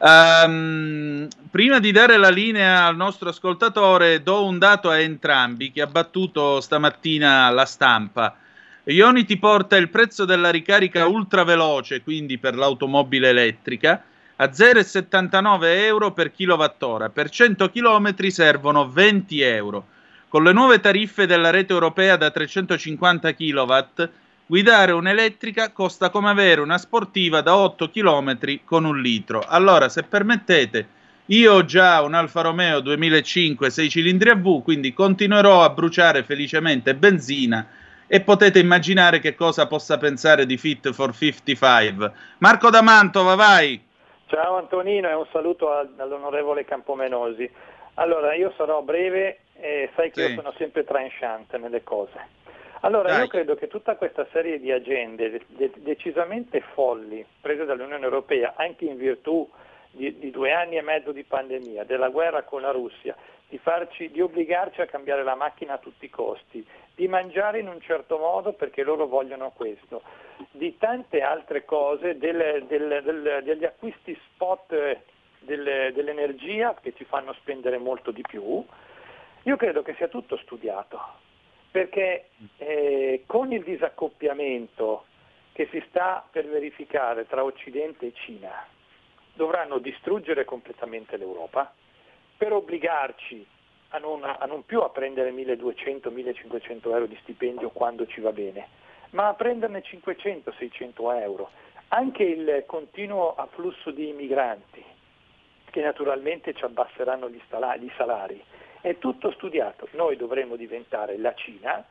Um, prima di dare la linea al nostro ascoltatore, do un dato a entrambi che ha battuto stamattina la Stampa. Ionity porta il prezzo della ricarica ultraveloce, quindi per l'automobile elettrica, a zero virgola settantanove euro per kilowattora. Per cento chilometri servono venti euro. Con le nuove tariffe della rete europea da trecentocinquanta chilowatt, guidare un'elettrica costa come avere una sportiva da otto chilometri con un litro. Allora, se permettete, io ho già un Alfa Romeo duemilacinque sei cilindri a V, quindi continuerò a bruciare felicemente benzina e potete immaginare che cosa possa pensare di Fit for cinquantacinque. Marco da Mantova, vai! Ciao Antonino e un saluto all'onorevole Campomenosi. Allora, io sarò breve e sai che sì. Io sono sempre tranchant nelle cose. Allora, Dai. Io credo che tutta questa serie di agende de- decisamente folli prese dall'Unione Europea, anche in virtù di, di due anni e mezzo di pandemia, della guerra con la Russia, di, farci, di obbligarci a cambiare la macchina a tutti i costi, di mangiare in un certo modo perché loro vogliono questo, di tante altre cose, del, del, del, degli acquisti spot del, dell'energia che ci fanno spendere molto di più. Io credo che sia tutto studiato, perché eh, con il disaccoppiamento che si sta per verificare tra Occidente e Cina, dovranno distruggere completamente l'Europa per obbligarci a non, a non più a prendere milleduecento millecinquecento euro di stipendio quando ci va bene, ma a prenderne cinquecento seicento euro. Anche il continuo afflusso di immigranti, che naturalmente ci abbasseranno gli, stala- gli salari, è tutto studiato. Noi dovremo diventare la Cina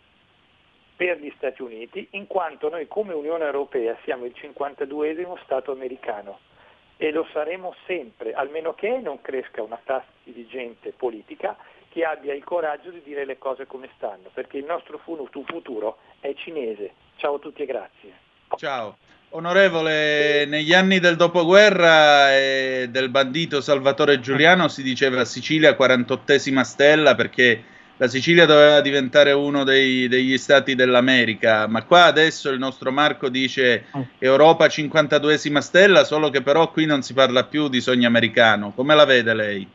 per gli Stati Uniti, in quanto noi come Unione Europea siamo il cinquantaduesimo Stato americano e lo saremo sempre, almeno che non cresca una tassa dirigente politica che abbia il coraggio di dire le cose come stanno, perché il nostro futuro è cinese. Ciao a tutti e grazie. Ciao. Onorevole, negli anni del dopoguerra e del bandito Salvatore Giuliano si diceva Sicilia quarantottesima stella perché la Sicilia doveva diventare uno dei, degli stati dell'America, ma qua adesso il nostro Marco dice Europa cinquantaduesima stella, solo che però qui non si parla più di sogno americano. Come la vede lei?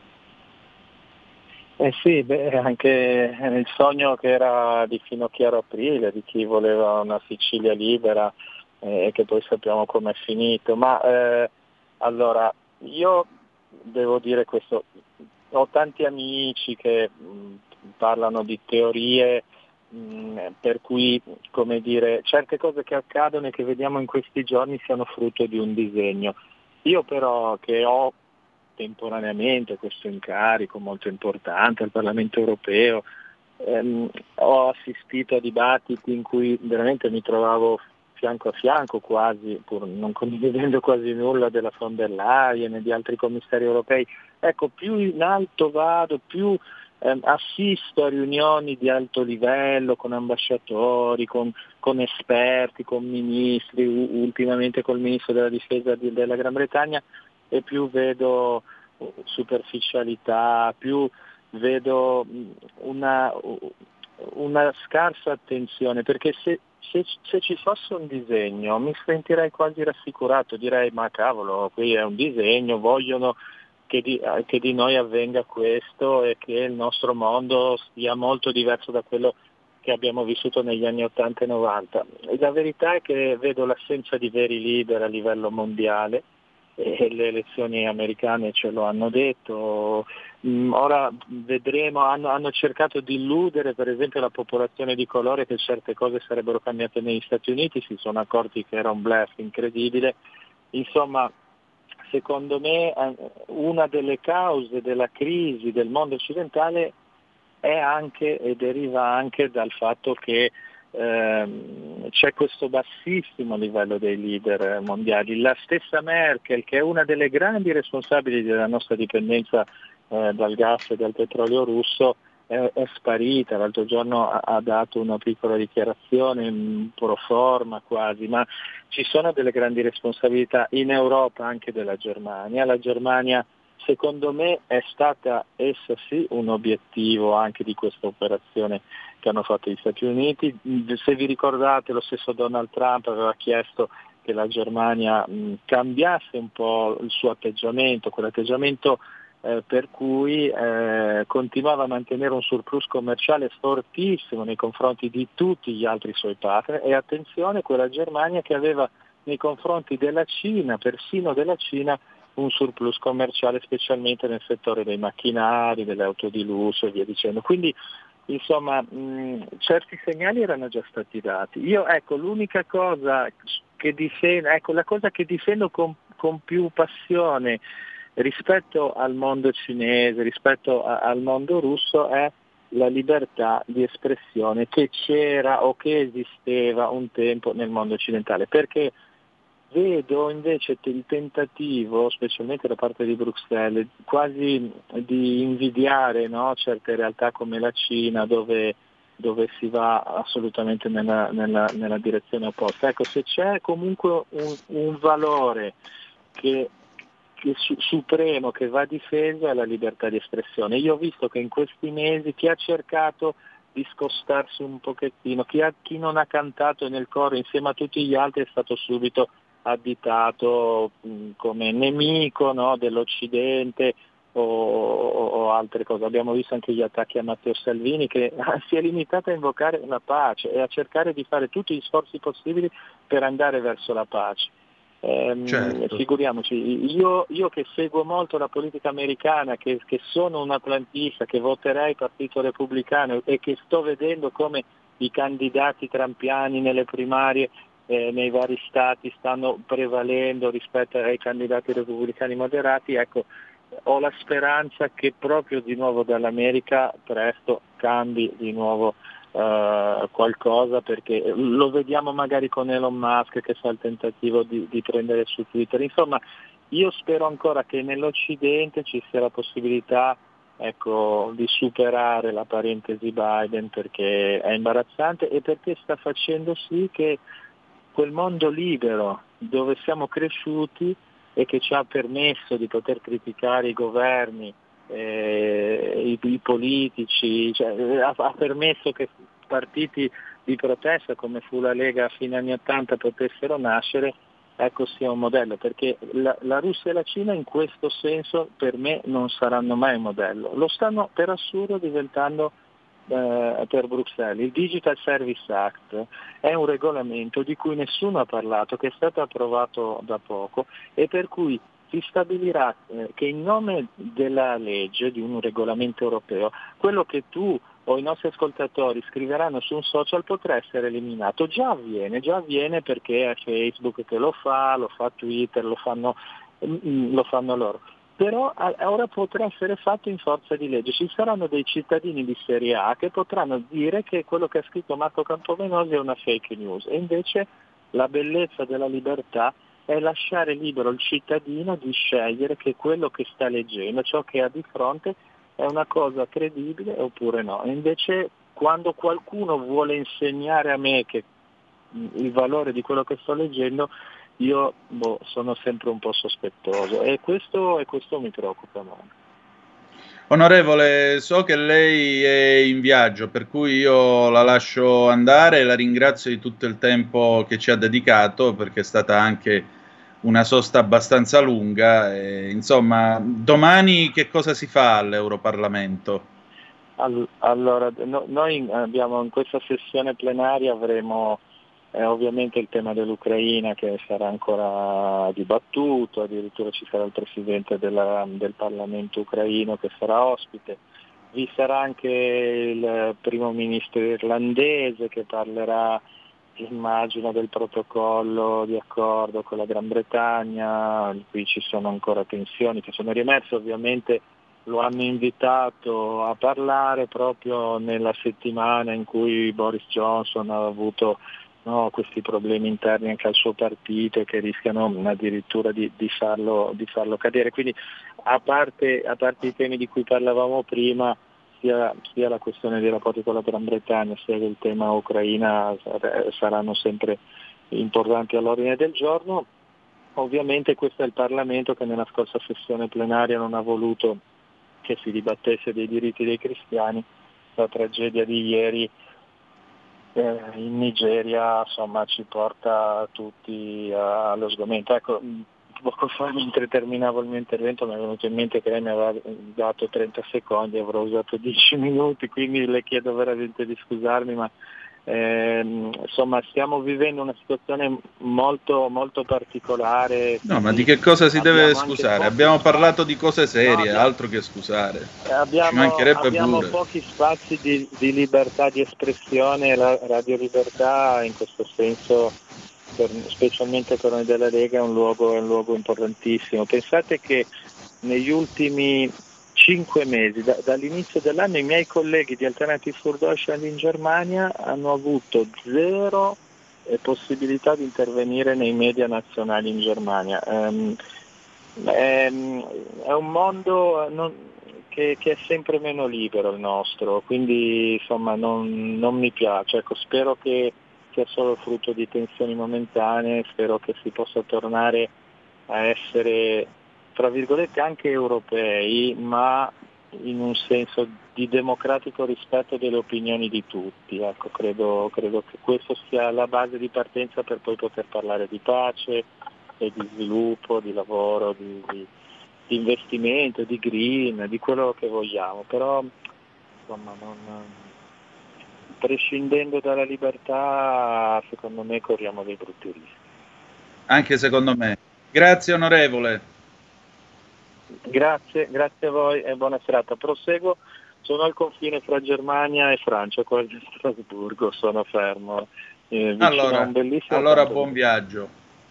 Eh sì, beh, anche il sogno che era di Finocchiaro Aprile, di chi voleva una Sicilia libera, e eh, che poi sappiamo com'è finito, ma eh, allora io devo dire questo, ho tanti amici che mh, parlano di teorie mh, per cui, come dire, certe cose che accadono e che vediamo in questi giorni siano frutto di un disegno. Io però che ho temporaneamente questo incarico molto importante al Parlamento europeo, ehm, ho assistito a dibattiti in cui veramente mi trovavo fianco a fianco quasi, pur non condividendo quasi nulla della von der Leyen e di altri commissari europei. Ecco, più in alto vado, più ehm, assisto a riunioni di alto livello con ambasciatori, con, con esperti, con ministri, u- ultimamente col ministro della difesa di, della Gran Bretagna, e più vedo superficialità, più vedo una, una scarsa attenzione, perché se Se, se ci fosse un disegno mi sentirei quasi rassicurato, direi ma cavolo, qui è un disegno, vogliono che di, che di noi avvenga questo e che il nostro mondo sia molto diverso da quello che abbiamo vissuto negli anni ottanta e novanta. E la verità è che vedo l'assenza di veri leader a livello mondiale, e le elezioni americane ce lo hanno detto. Ora vedremo, hanno, hanno cercato di illudere per esempio la popolazione di colore che certe cose sarebbero cambiate negli Stati Uniti, si sono accorti che era un bluff incredibile. Insomma, secondo me una delle cause della crisi del mondo occidentale è anche e deriva anche dal fatto che ehm, c'è questo bassissimo livello dei leader mondiali. La stessa Merkel, che è una delle grandi responsabili della nostra dipendenza eh, dal gas e dal petrolio russo, è, è sparita. L'altro giorno ha, ha dato una piccola dichiarazione pro forma quasi, ma ci sono delle grandi responsabilità in Europa, anche della Germania. La Germania, secondo me, è stata essa sì un obiettivo anche di questa operazione che hanno fatto gli Stati Uniti. Se vi ricordate, lo stesso Donald Trump aveva chiesto che la Germania mh, cambiasse un po' il suo atteggiamento, quell'atteggiamento eh, per cui eh, continuava a mantenere un surplus commerciale fortissimo nei confronti di tutti gli altri suoi partner, e attenzione, quella Germania che aveva nei confronti della Cina, persino della Cina, un surplus commerciale, specialmente nel settore dei macchinari, delle auto di lusso e via dicendo. Quindi insomma mh, certi segnali erano già stati dati. Io ecco l'unica cosa che difendo, ecco la cosa che difendo con, con più passione rispetto al mondo cinese, rispetto a, al mondo russo, è la libertà di espressione che c'era o che esisteva un tempo nel mondo occidentale, perché vedo invece il tentativo, specialmente da parte di Bruxelles, quasi di invidiare, no, certe realtà come la Cina, dove, dove si va assolutamente nella, nella, nella direzione opposta. Ecco, se c'è comunque un, un valore che, che su, supremo che va difeso è la libertà di espressione. Io ho visto che in questi mesi chi ha cercato di scostarsi un pochettino, chi, ha, chi non ha cantato nel coro insieme a tutti gli altri è stato subito additato mh, come nemico, no, dell'Occidente o, o, o altre cose. Abbiamo visto anche gli attacchi a Matteo Salvini, che si è limitato a invocare la pace e a cercare di fare tutti gli sforzi possibili per andare verso la pace. Eh, certo. Figuriamoci, io, io che seguo molto la politica americana, che, che sono un atlantista, che voterei Partito Repubblicano e che sto vedendo come i candidati trampiani nelle primarie Eh, nei vari stati stanno prevalendo rispetto ai candidati repubblicani moderati, ecco, ho la speranza che proprio di nuovo dall'America presto cambi di nuovo eh, qualcosa, perché lo vediamo magari con Elon Musk che fa il tentativo di, di prendere su Twitter. Insomma, io spero ancora che nell'Occidente ci sia la possibilità, ecco, di superare la parentesi Biden, perché è imbarazzante e perché sta facendo sì che quel mondo libero dove siamo cresciuti e che ci ha permesso di poter criticare i governi, eh, i, i politici, cioè, ha, ha permesso che partiti di protesta come fu la Lega a fine anni ottanta potessero nascere, ecco, sia un modello, perché la, la Russia e la Cina in questo senso per me non saranno mai un modello, lo stanno per assurdo diventando per Bruxelles. Il Digital Service Act è un regolamento di cui nessuno ha parlato, che è stato approvato da poco e per cui si stabilirà eh, che in nome della legge, di un regolamento europeo, quello che tu o i nostri ascoltatori scriveranno su un social potrà essere eliminato. Già avviene, già avviene perché è Facebook che lo fa, lo fa Twitter, lo fanno, mm, lo fanno loro. Però ora potrà essere fatto in forza di legge. Ci saranno dei cittadini di serie A che potranno dire che quello che ha scritto Marco Campomenosi è una fake news, e invece la bellezza della libertà è lasciare libero il cittadino di scegliere che quello che sta leggendo, ciò che ha di fronte, è una cosa credibile oppure no. E invece quando qualcuno vuole insegnare a me che il valore di quello che sto leggendo, io boh, sono sempre un po' sospettoso e questo, e questo mi preoccupa molto. Onorevole, so che lei è in viaggio, per cui io la lascio andare e la ringrazio di tutto il tempo che ci ha dedicato, perché è stata anche una sosta abbastanza lunga. E, insomma, domani che cosa si fa all'Europarlamento? Allora, no, noi abbiamo in questa sessione plenaria avremo Eh, ovviamente il tema dell'Ucraina, che sarà ancora dibattuto, addirittura ci sarà il presidente della, del Parlamento ucraino che sarà ospite, vi sarà anche il primo ministro irlandese che parlerà, immagino, del protocollo di accordo con la Gran Bretagna. Qui ci sono ancora tensioni che sono riemerse, ovviamente lo hanno invitato a parlare proprio nella settimana in cui Boris Johnson ha avuto, no, questi problemi interni anche al suo partito e che rischiano addirittura di, di, farlo, di farlo cadere. Quindi a parte, a parte i temi di cui parlavamo prima, sia, sia la questione dei rapporti con la Gran Bretagna sia il tema Ucraina saranno sempre importanti all'ordine del giorno. Ovviamente questo è il Parlamento che nella scorsa sessione plenaria non ha voluto che si dibattesse dei diritti dei cristiani. La tragedia di ieri eh, in Nigeria, insomma, ci porta tutti allo sgomento. Ecco, poco fa, mentre terminavo il mio intervento, mi è venuto in mente che lei mi aveva dato trenta secondi, avrò usato dieci minuti, quindi le chiedo veramente di scusarmi, ma eh, insomma stiamo vivendo una situazione molto molto particolare. No, ma di che cosa si deve scusare? Pochi... Abbiamo parlato di cose serie, no, abbiamo... altro che scusare. Abbiamo, Ci mancherebbe abbiamo pure. pochi spazi di, di libertà di espressione, la Radio Libertà in questo senso, per, specialmente per noi della Lega, è un luogo, è un luogo importantissimo. Pensate che negli ultimi cinque mesi, da, dall'inizio dell'anno, i miei colleghi di Alternative für Deutschland in Germania hanno avuto zero eh, possibilità di intervenire nei media nazionali in Germania. Um, è, è un mondo non, che, che è sempre meno libero il nostro, quindi insomma non, non mi piace. Ecco, spero che sia solo frutto di tensioni momentanee, spero che si possa tornare a essere, tra virgolette, anche europei, ma in un senso di democratico rispetto delle opinioni di tutti. Ecco, credo, credo che questo sia la base di partenza per poi poter parlare di pace e di sviluppo, di lavoro, di, di, di investimento, di green, di quello che vogliamo. Però insomma non, prescindendo dalla libertà, secondo me corriamo dei brutti rischi. Anche secondo me. Grazie onorevole. Grazie, grazie a voi e buona serata. Proseguo, sono al confine fra Germania e Francia, qua a Strasburgo, sono fermo. Eh, allora, un bellissimo allora campo buon di... viaggio.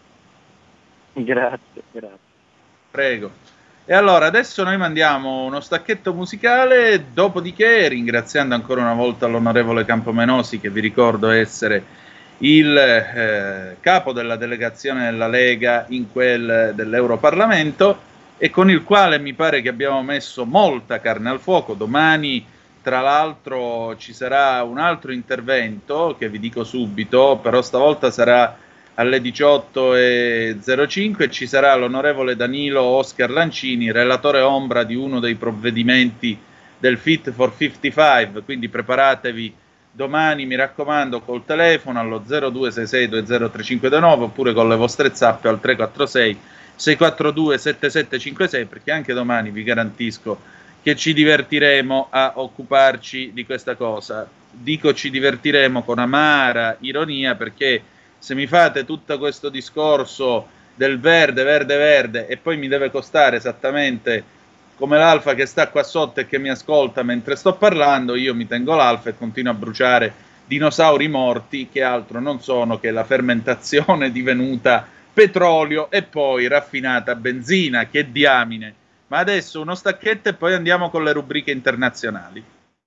Grazie, grazie. Prego. E allora adesso noi mandiamo uno stacchetto musicale, dopodiché, ringraziando ancora una volta l'onorevole Campomenosi, che vi ricordo essere il eh, capo della delegazione della Lega in quel dell'Europarlamento, e con il quale mi pare che abbiamo messo molta carne al fuoco. Domani, tra l'altro, ci sarà un altro intervento che vi dico subito, però stavolta sarà alle diciotto e zero cinque, e ci sarà l'onorevole Danilo Oscar Lancini, relatore ombra di uno dei provvedimenti del Fit for cinquantacinque, quindi preparatevi domani, mi raccomando, col telefono allo zero due sei sei due zero tre cinque due nove oppure con le vostre zappe al tre quattro sei sei quattro due sette sette cinque sei, perché anche domani vi garantisco che ci divertiremo a occuparci di questa cosa. Dico ci divertiremo con amara ironia, perché se mi fate tutto questo discorso del verde, verde, verde, e poi mi deve costare esattamente come l'alfa che sta qua sotto e che mi ascolta mentre sto parlando, io mi tengo l'alfa e continuo a bruciare dinosauri morti, che altro non sono che la fermentazione divenuta petrolio e poi raffinata benzina. Che diamine. Ma adesso uno stacchetto e poi andiamo con le rubriche internazionali.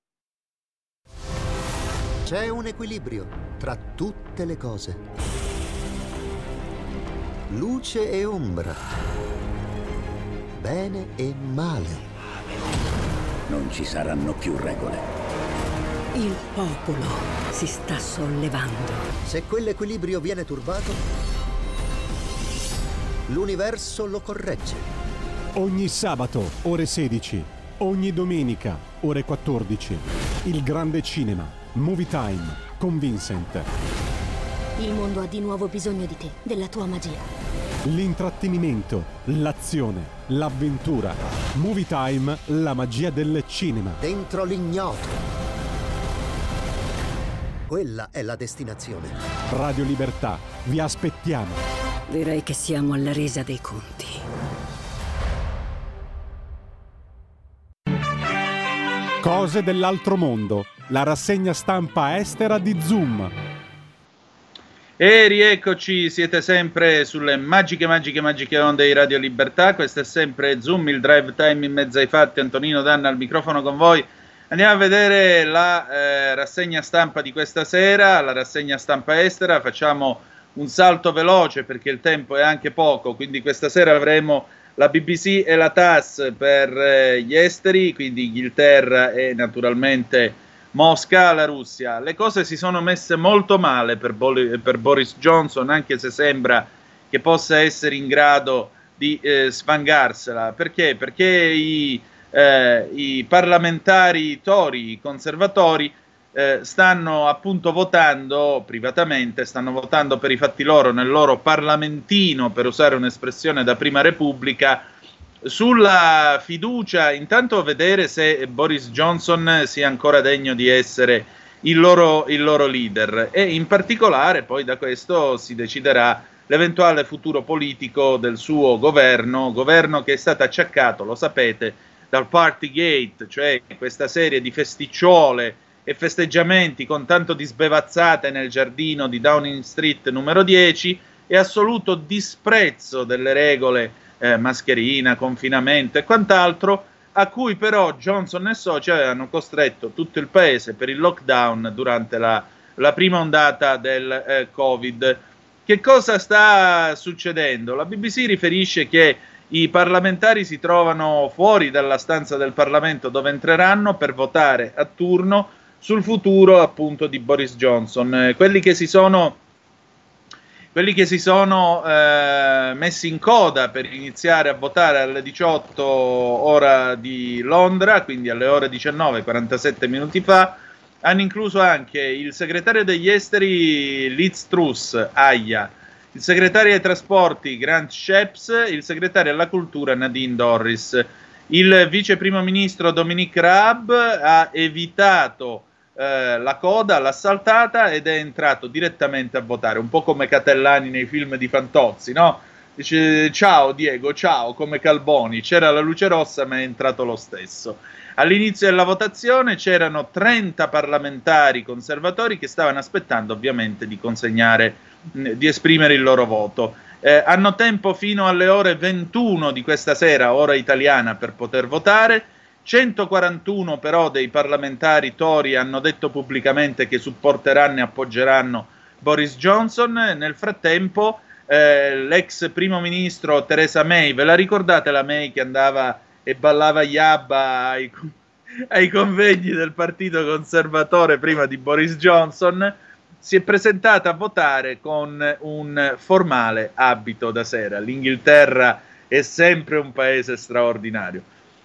C'è un equilibrio tra tutte le cose. Luce e ombra. Bene e male. Non ci saranno più regole. Il popolo si sta sollevando. Se quell'equilibrio viene turbato, l'universo lo corregge. Ogni sabato, ore sedici. Ogni domenica, ore quattordici. Il grande cinema, Movie Time, con Vincent. Il mondo ha di nuovo bisogno di te, della tua magia. L'intrattenimento, l'azione, l'avventura. Movie Time, la magia del cinema. Dentro l'ignoto. Quella è la destinazione. Radio Libertà, vi aspettiamo. Direi che siamo alla resa dei conti. Cose dell'altro mondo, la rassegna stampa estera di Zoom. E rieccoci, siete sempre sulle magiche, magiche, magiche onde di Radio Libertà. Questo è sempre Zoom, il drive time in mezzo ai fatti. Antonino Danna al microfono con voi. Andiamo a vedere la eh, rassegna stampa di questa sera, la rassegna stampa estera. Facciamo un salto veloce perché il tempo è anche poco, quindi questa sera avremo la B B C e la T A S S per eh, gli esteri, quindi Inghilterra e naturalmente Mosca, la Russia. Le cose si sono messe molto male per, Bol- per Boris Johnson, anche se sembra che possa essere in grado di eh, sfangarsela. Perché? Perché i, eh, i parlamentari Tory, i conservatori, eh, stanno appunto votando privatamente, stanno votando per i fatti loro nel loro parlamentino, per usare un'espressione da Prima Repubblica, sulla fiducia, intanto vedere se Boris Johnson sia ancora degno di essere il loro, il loro leader, e in particolare poi da questo si deciderà l'eventuale futuro politico del suo governo, governo che è stato acciaccato, lo sapete, dal Partygate, cioè questa serie di festicciole e festeggiamenti con tanto di sbevazzate nel giardino di Downing Street numero dieci e assoluto disprezzo delle regole Eh, mascherina, confinamento e quant'altro, a cui però Johnson e soci avevano costretto tutto il paese per il lockdown durante la, la prima ondata del eh, Covid. Che cosa sta succedendo? La B B C riferisce che i parlamentari si trovano fuori dalla stanza del Parlamento dove entreranno per votare a turno sul futuro appunto di Boris Johnson. Eh, quelli che si sono Quelli che si sono eh, messi in coda per iniziare a votare alle diciotto ora di Londra, quindi alle ore diciannove, quarantasette minuti fa, hanno incluso anche il segretario degli esteri Liz Truss, Aia, il segretario ai trasporti Grant Shapps, il segretario alla cultura Nadine Dorries. Il vice primo ministro Dominic Raab ha evitato Eh, la coda, l'ha saltata ed è entrato direttamente a votare, un po' come Catellani nei film di Fantozzi, no? Dice ciao Diego, ciao, come Calboni, c'era la luce rossa ma è entrato lo stesso. All'inizio della votazione c'erano trenta parlamentari conservatori che stavano aspettando ovviamente di consegnare, di esprimere il loro voto. Eh, hanno tempo fino alle ore ventuno di questa sera, ora italiana, per poter votare. centoquarantuno però dei parlamentari Tory hanno detto pubblicamente che supporteranno e appoggeranno Boris Johnson. Nel frattempo eh, l'ex primo ministro Theresa May, ve la ricordate la May che andava e ballava Yabba ai, ai convegni del partito conservatore prima di Boris Johnson, si è presentata a votare con un formale abito da sera. L'Inghilterra è sempre un paese straordinario.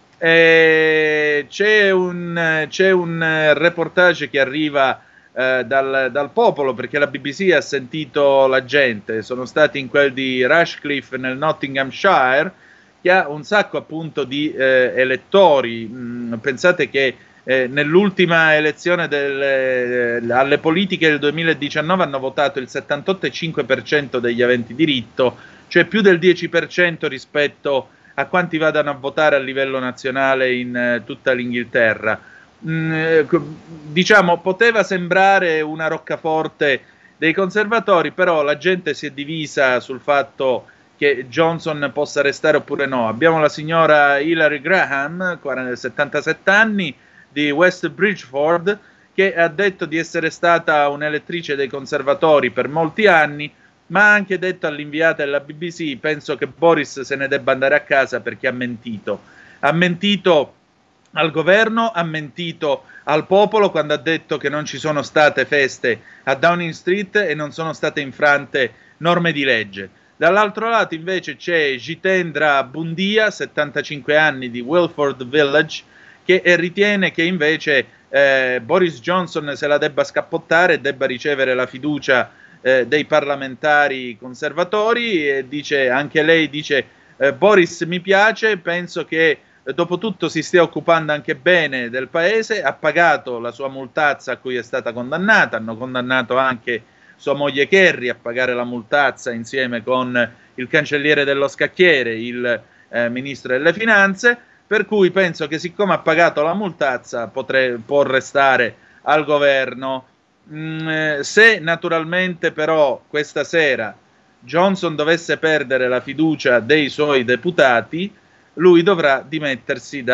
Eh, c'è, un, c'è un reportage che arriva eh, dal, dal popolo, perché la B B C ha sentito la gente, sono stati in quel di Rushcliffe nel Nottinghamshire, che ha un sacco appunto di eh, elettori. Mm, pensate che eh, nell'ultima elezione delle, eh, alle politiche del duemiladiciannove hanno votato il settantotto virgola cinque per cento degli aventi diritto, cioè più del dieci per cento rispetto a quanti vadano a votare a livello nazionale in eh, tutta l'Inghilterra. Mm, eh, diciamo, poteva sembrare una roccaforte dei conservatori, però la gente si è divisa sul fatto che Johnson possa restare oppure no. Abbiamo la signora Hilary Graham, settantasette anni, di West Bridgford, che ha detto di essere stata un'elettrice dei conservatori per molti anni, ma ha anche detto all'inviata della B B C: penso che Boris se ne debba andare a casa perché ha mentito. Ha mentito al governo, ha mentito al popolo quando ha detto che non ci sono state feste a Downing Street e non sono state infrante norme di legge. Dall'altro lato invece c'è Jitendra Bundia, settantacinque anni, di Wilford Village, che ritiene che invece eh, Boris Johnson se la debba scappottare e debba ricevere la fiducia eh, dei parlamentari conservatori, e dice, anche lei dice eh, Boris mi piace, penso che eh, dopo tutto si stia occupando anche bene del paese, ha pagato la sua multazza a cui è stata condannata, hanno condannato anche sua moglie Kerry a pagare la multazza insieme con il cancelliere dello scacchiere, il eh, ministro delle finanze, per cui penso che siccome ha pagato la multazza potre, può restare al governo. mh, se naturalmente però questa sera Johnson dovesse perdere la fiducia dei suoi deputati, lui dovrà dimettersi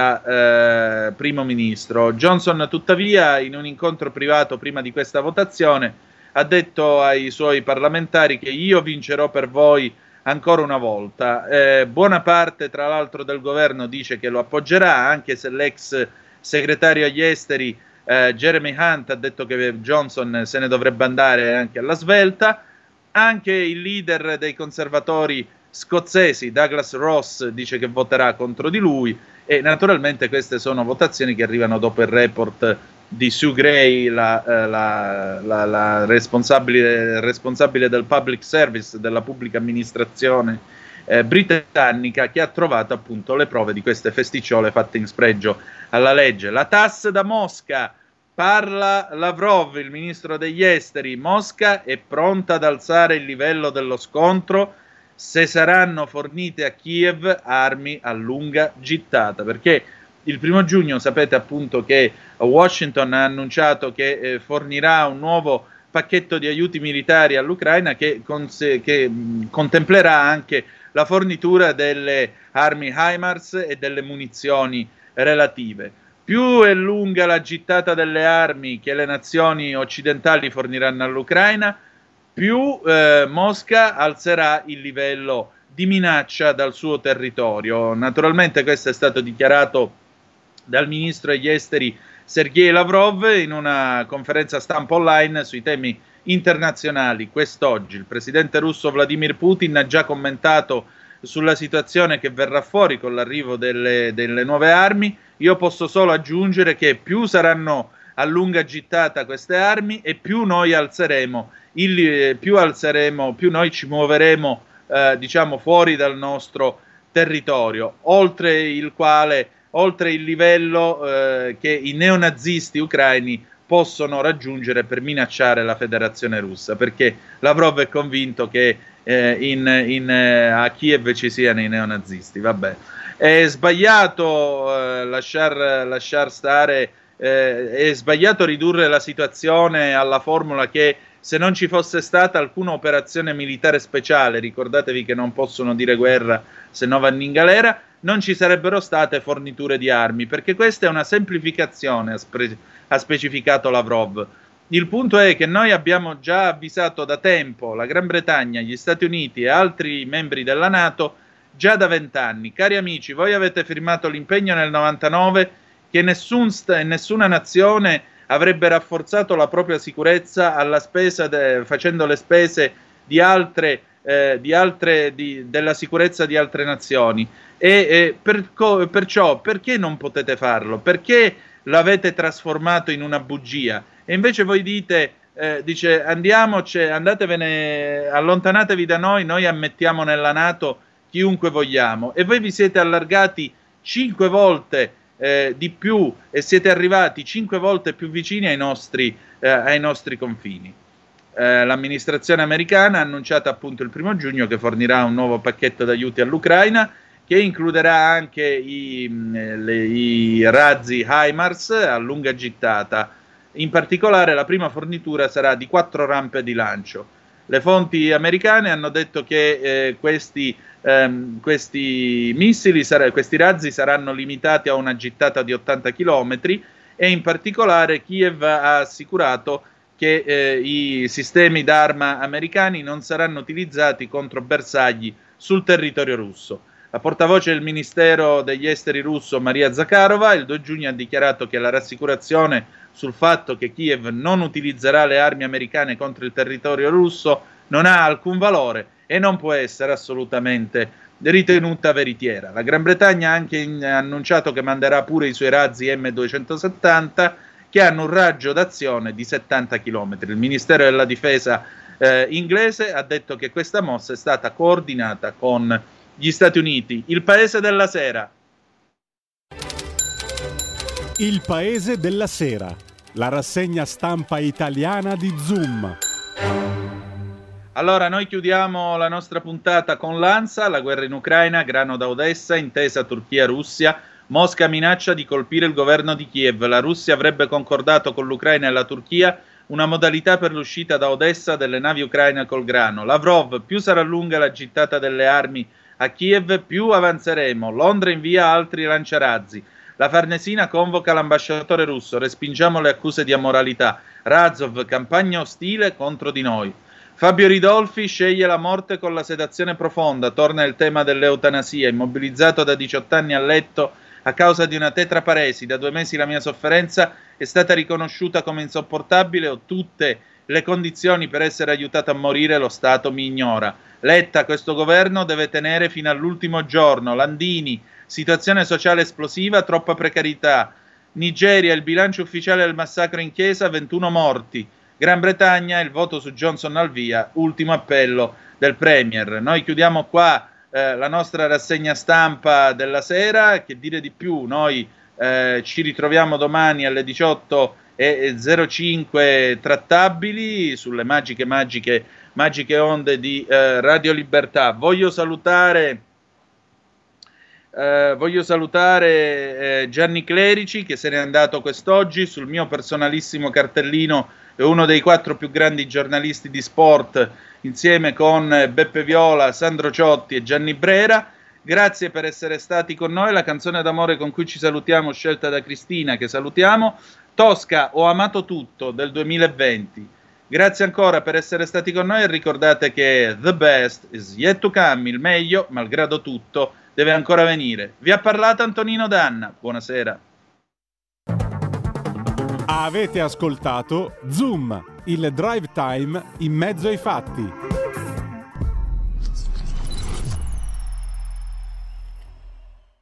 da eh, primo ministro. Johnson, tuttavia, in un incontro privato prima di questa votazione, ha detto ai suoi parlamentari che io vincerò per voi ancora una volta. Eh, buona parte, tra l'altro, del governo dice che lo appoggerà, anche se l'ex segretario agli esteri eh, Jeremy Hunt ha detto che Johnson se ne dovrebbe andare anche alla svelta. Anche il leader dei conservatori scozzesi, Douglas Ross, dice che voterà contro di lui, e naturalmente queste sono votazioni che arrivano dopo il report di Sue Gray, la, eh, la, la, la responsabile, responsabile del public service, della pubblica amministrazione eh, britannica, che ha trovato appunto le prove di queste festicciole fatte in spregio alla legge. La T A S da Mosca, parla Lavrov, il ministro degli esteri. Mosca è pronta ad alzare il livello dello scontro se saranno fornite a Kiev armi a lunga gittata, perché il primo giugno sapete appunto che Washington ha annunciato che eh, fornirà un nuovo pacchetto di aiuti militari all'Ucraina che, cons- che mh, contemplerà anche la fornitura delle armi HIMARS e delle munizioni relative. Più è lunga la gittata delle armi che le nazioni occidentali forniranno all'Ucraina, più eh, Mosca alzerà il livello di minaccia dal suo territorio. Naturalmente questo è stato dichiarato dal ministro degli esteri Sergei Lavrov in una conferenza stampa online sui temi internazionali quest'oggi. Il presidente russo Vladimir Putin ha già commentato sulla situazione che verrà fuori con l'arrivo delle, delle nuove armi. Io posso solo aggiungere che più saranno a lunga gittata queste armi e più noi alzeremo il, più alzeremo, più noi ci muoveremo eh, diciamo fuori dal nostro territorio, oltre il quale, oltre il livello eh, che i neonazisti ucraini possono raggiungere per minacciare la Federazione Russa, perché Lavrov è convinto che eh, in, in, eh, a Kiev ci siano i neonazisti. Vabbè, è sbagliato eh, lasciar, lasciar stare, eh, è sbagliato ridurre la situazione alla formula che se non ci fosse stata alcuna operazione militare speciale, ricordatevi che non possono dire guerra se no vanno in galera, non ci sarebbero state forniture di armi, perché questa è una semplificazione, ha, spe- ha specificato Lavrov. Il punto è che noi abbiamo già avvisato da tempo la Gran Bretagna, gli Stati Uniti e altri membri della NATO già da vent'anni. Cari amici, voi avete firmato l'impegno nel novantanove che nessun st- nessuna nazione avrebbe rafforzato la propria sicurezza alla spesa de- facendo le spese di altre, eh, di altre di, della sicurezza di altre nazioni. E eh, per co- perciò perché non potete farlo? Perché l'avete trasformato in una bugia? E invece voi dite, eh, dice andiamoci, andatevene, allontanatevi da noi, noi ammettiamo nella NATO chiunque vogliamo. E voi vi siete allargati cinque volte Eh, di più e siete arrivati cinque volte più vicini ai nostri, eh, ai nostri confini. Eh, l'amministrazione americana ha annunciato appunto il primo giugno che fornirà un nuovo pacchetto d'aiuti all'Ucraina che includerà anche i, le, i razzi HIMARS a lunga gittata. In particolare la prima fornitura sarà di quattro rampe di lancio. Le fonti americane hanno detto che eh, questi Um, questi missili, sar- questi razzi saranno limitati a una gittata di ottanta chilometri e in particolare Kiev ha assicurato che eh, i sistemi d'arma americani non saranno utilizzati contro bersagli sul territorio russo. La portavoce del Ministero degli Esteri russo, Maria Zakharova, il due giugno ha dichiarato che la rassicurazione sul fatto che Kiev non utilizzerà le armi americane contro il territorio russo non ha alcun valore e non può essere assolutamente ritenuta veritiera. La Gran Bretagna ha anche in, annunciato che manderà pure i suoi razzi M duecentosettanta che hanno un raggio d'azione di settanta chilometri. Il Ministero della Difesa eh, inglese ha detto che questa mossa è stata coordinata con gli Stati Uniti. Il Paese della Sera. Il Paese della Sera, la rassegna stampa italiana di Zoom. Allora, noi chiudiamo la nostra puntata con l'ANSA, la guerra in Ucraina, grano da Odessa, intesa Turchia-Russia, Mosca minaccia di colpire il governo di Kiev. La Russia avrebbe concordato con l'Ucraina e la Turchia una modalità per l'uscita da Odessa delle navi ucraine col grano. Lavrov, più sarà lunga la gittata delle armi a Kiev, più avanzeremo. Londra invia altri lanciarazzi. La Farnesina convoca l'ambasciatore russo. Respingiamo le accuse di ammoralità. Razov, campagna ostile contro di noi. Fabio Ridolfi sceglie la morte con la sedazione profonda. Torna il tema dell'eutanasia. Immobilizzato da diciotto anni a letto a causa di una tetraparesi. Da due mesi la mia sofferenza è stata riconosciuta come insopportabile. Ho tutte le condizioni per essere aiutato a morire. Lo Stato mi ignora. Letta, questo governo deve tenere fino all'ultimo giorno. Landini, situazione sociale esplosiva, troppa precarietà. Nigeria, il bilancio ufficiale del massacro in chiesa, ventuno morti. Gran Bretagna, il voto su Johnson al via, ultimo appello del Premier. Noi chiudiamo qua eh, la nostra rassegna stampa della sera. Che dire di più? Noi eh, ci ritroviamo domani alle diciotto e zero cinque trattabili sulle magiche, magiche, magiche onde di eh, Radio Libertà. Voglio salutare... Uh, voglio salutare eh, Gianni Clerici, che se n'è andato quest'oggi. Sul mio personalissimo cartellino è uno dei quattro più grandi giornalisti di sport, insieme con eh, Beppe Viola, Sandro Ciotti e Gianni Brera. Grazie per essere stati con noi. La canzone d'amore con cui ci salutiamo, scelta da Cristina, che salutiamo, Tosca, Ho amato tutto, del duemilaventi. Grazie ancora per essere stati con noi e ricordate che the best is yet to come, il meglio, malgrado tutto, deve ancora venire. Vi ha parlato Antonino Danna. Buonasera. Avete ascoltato Zoom, il drive time in mezzo ai fatti.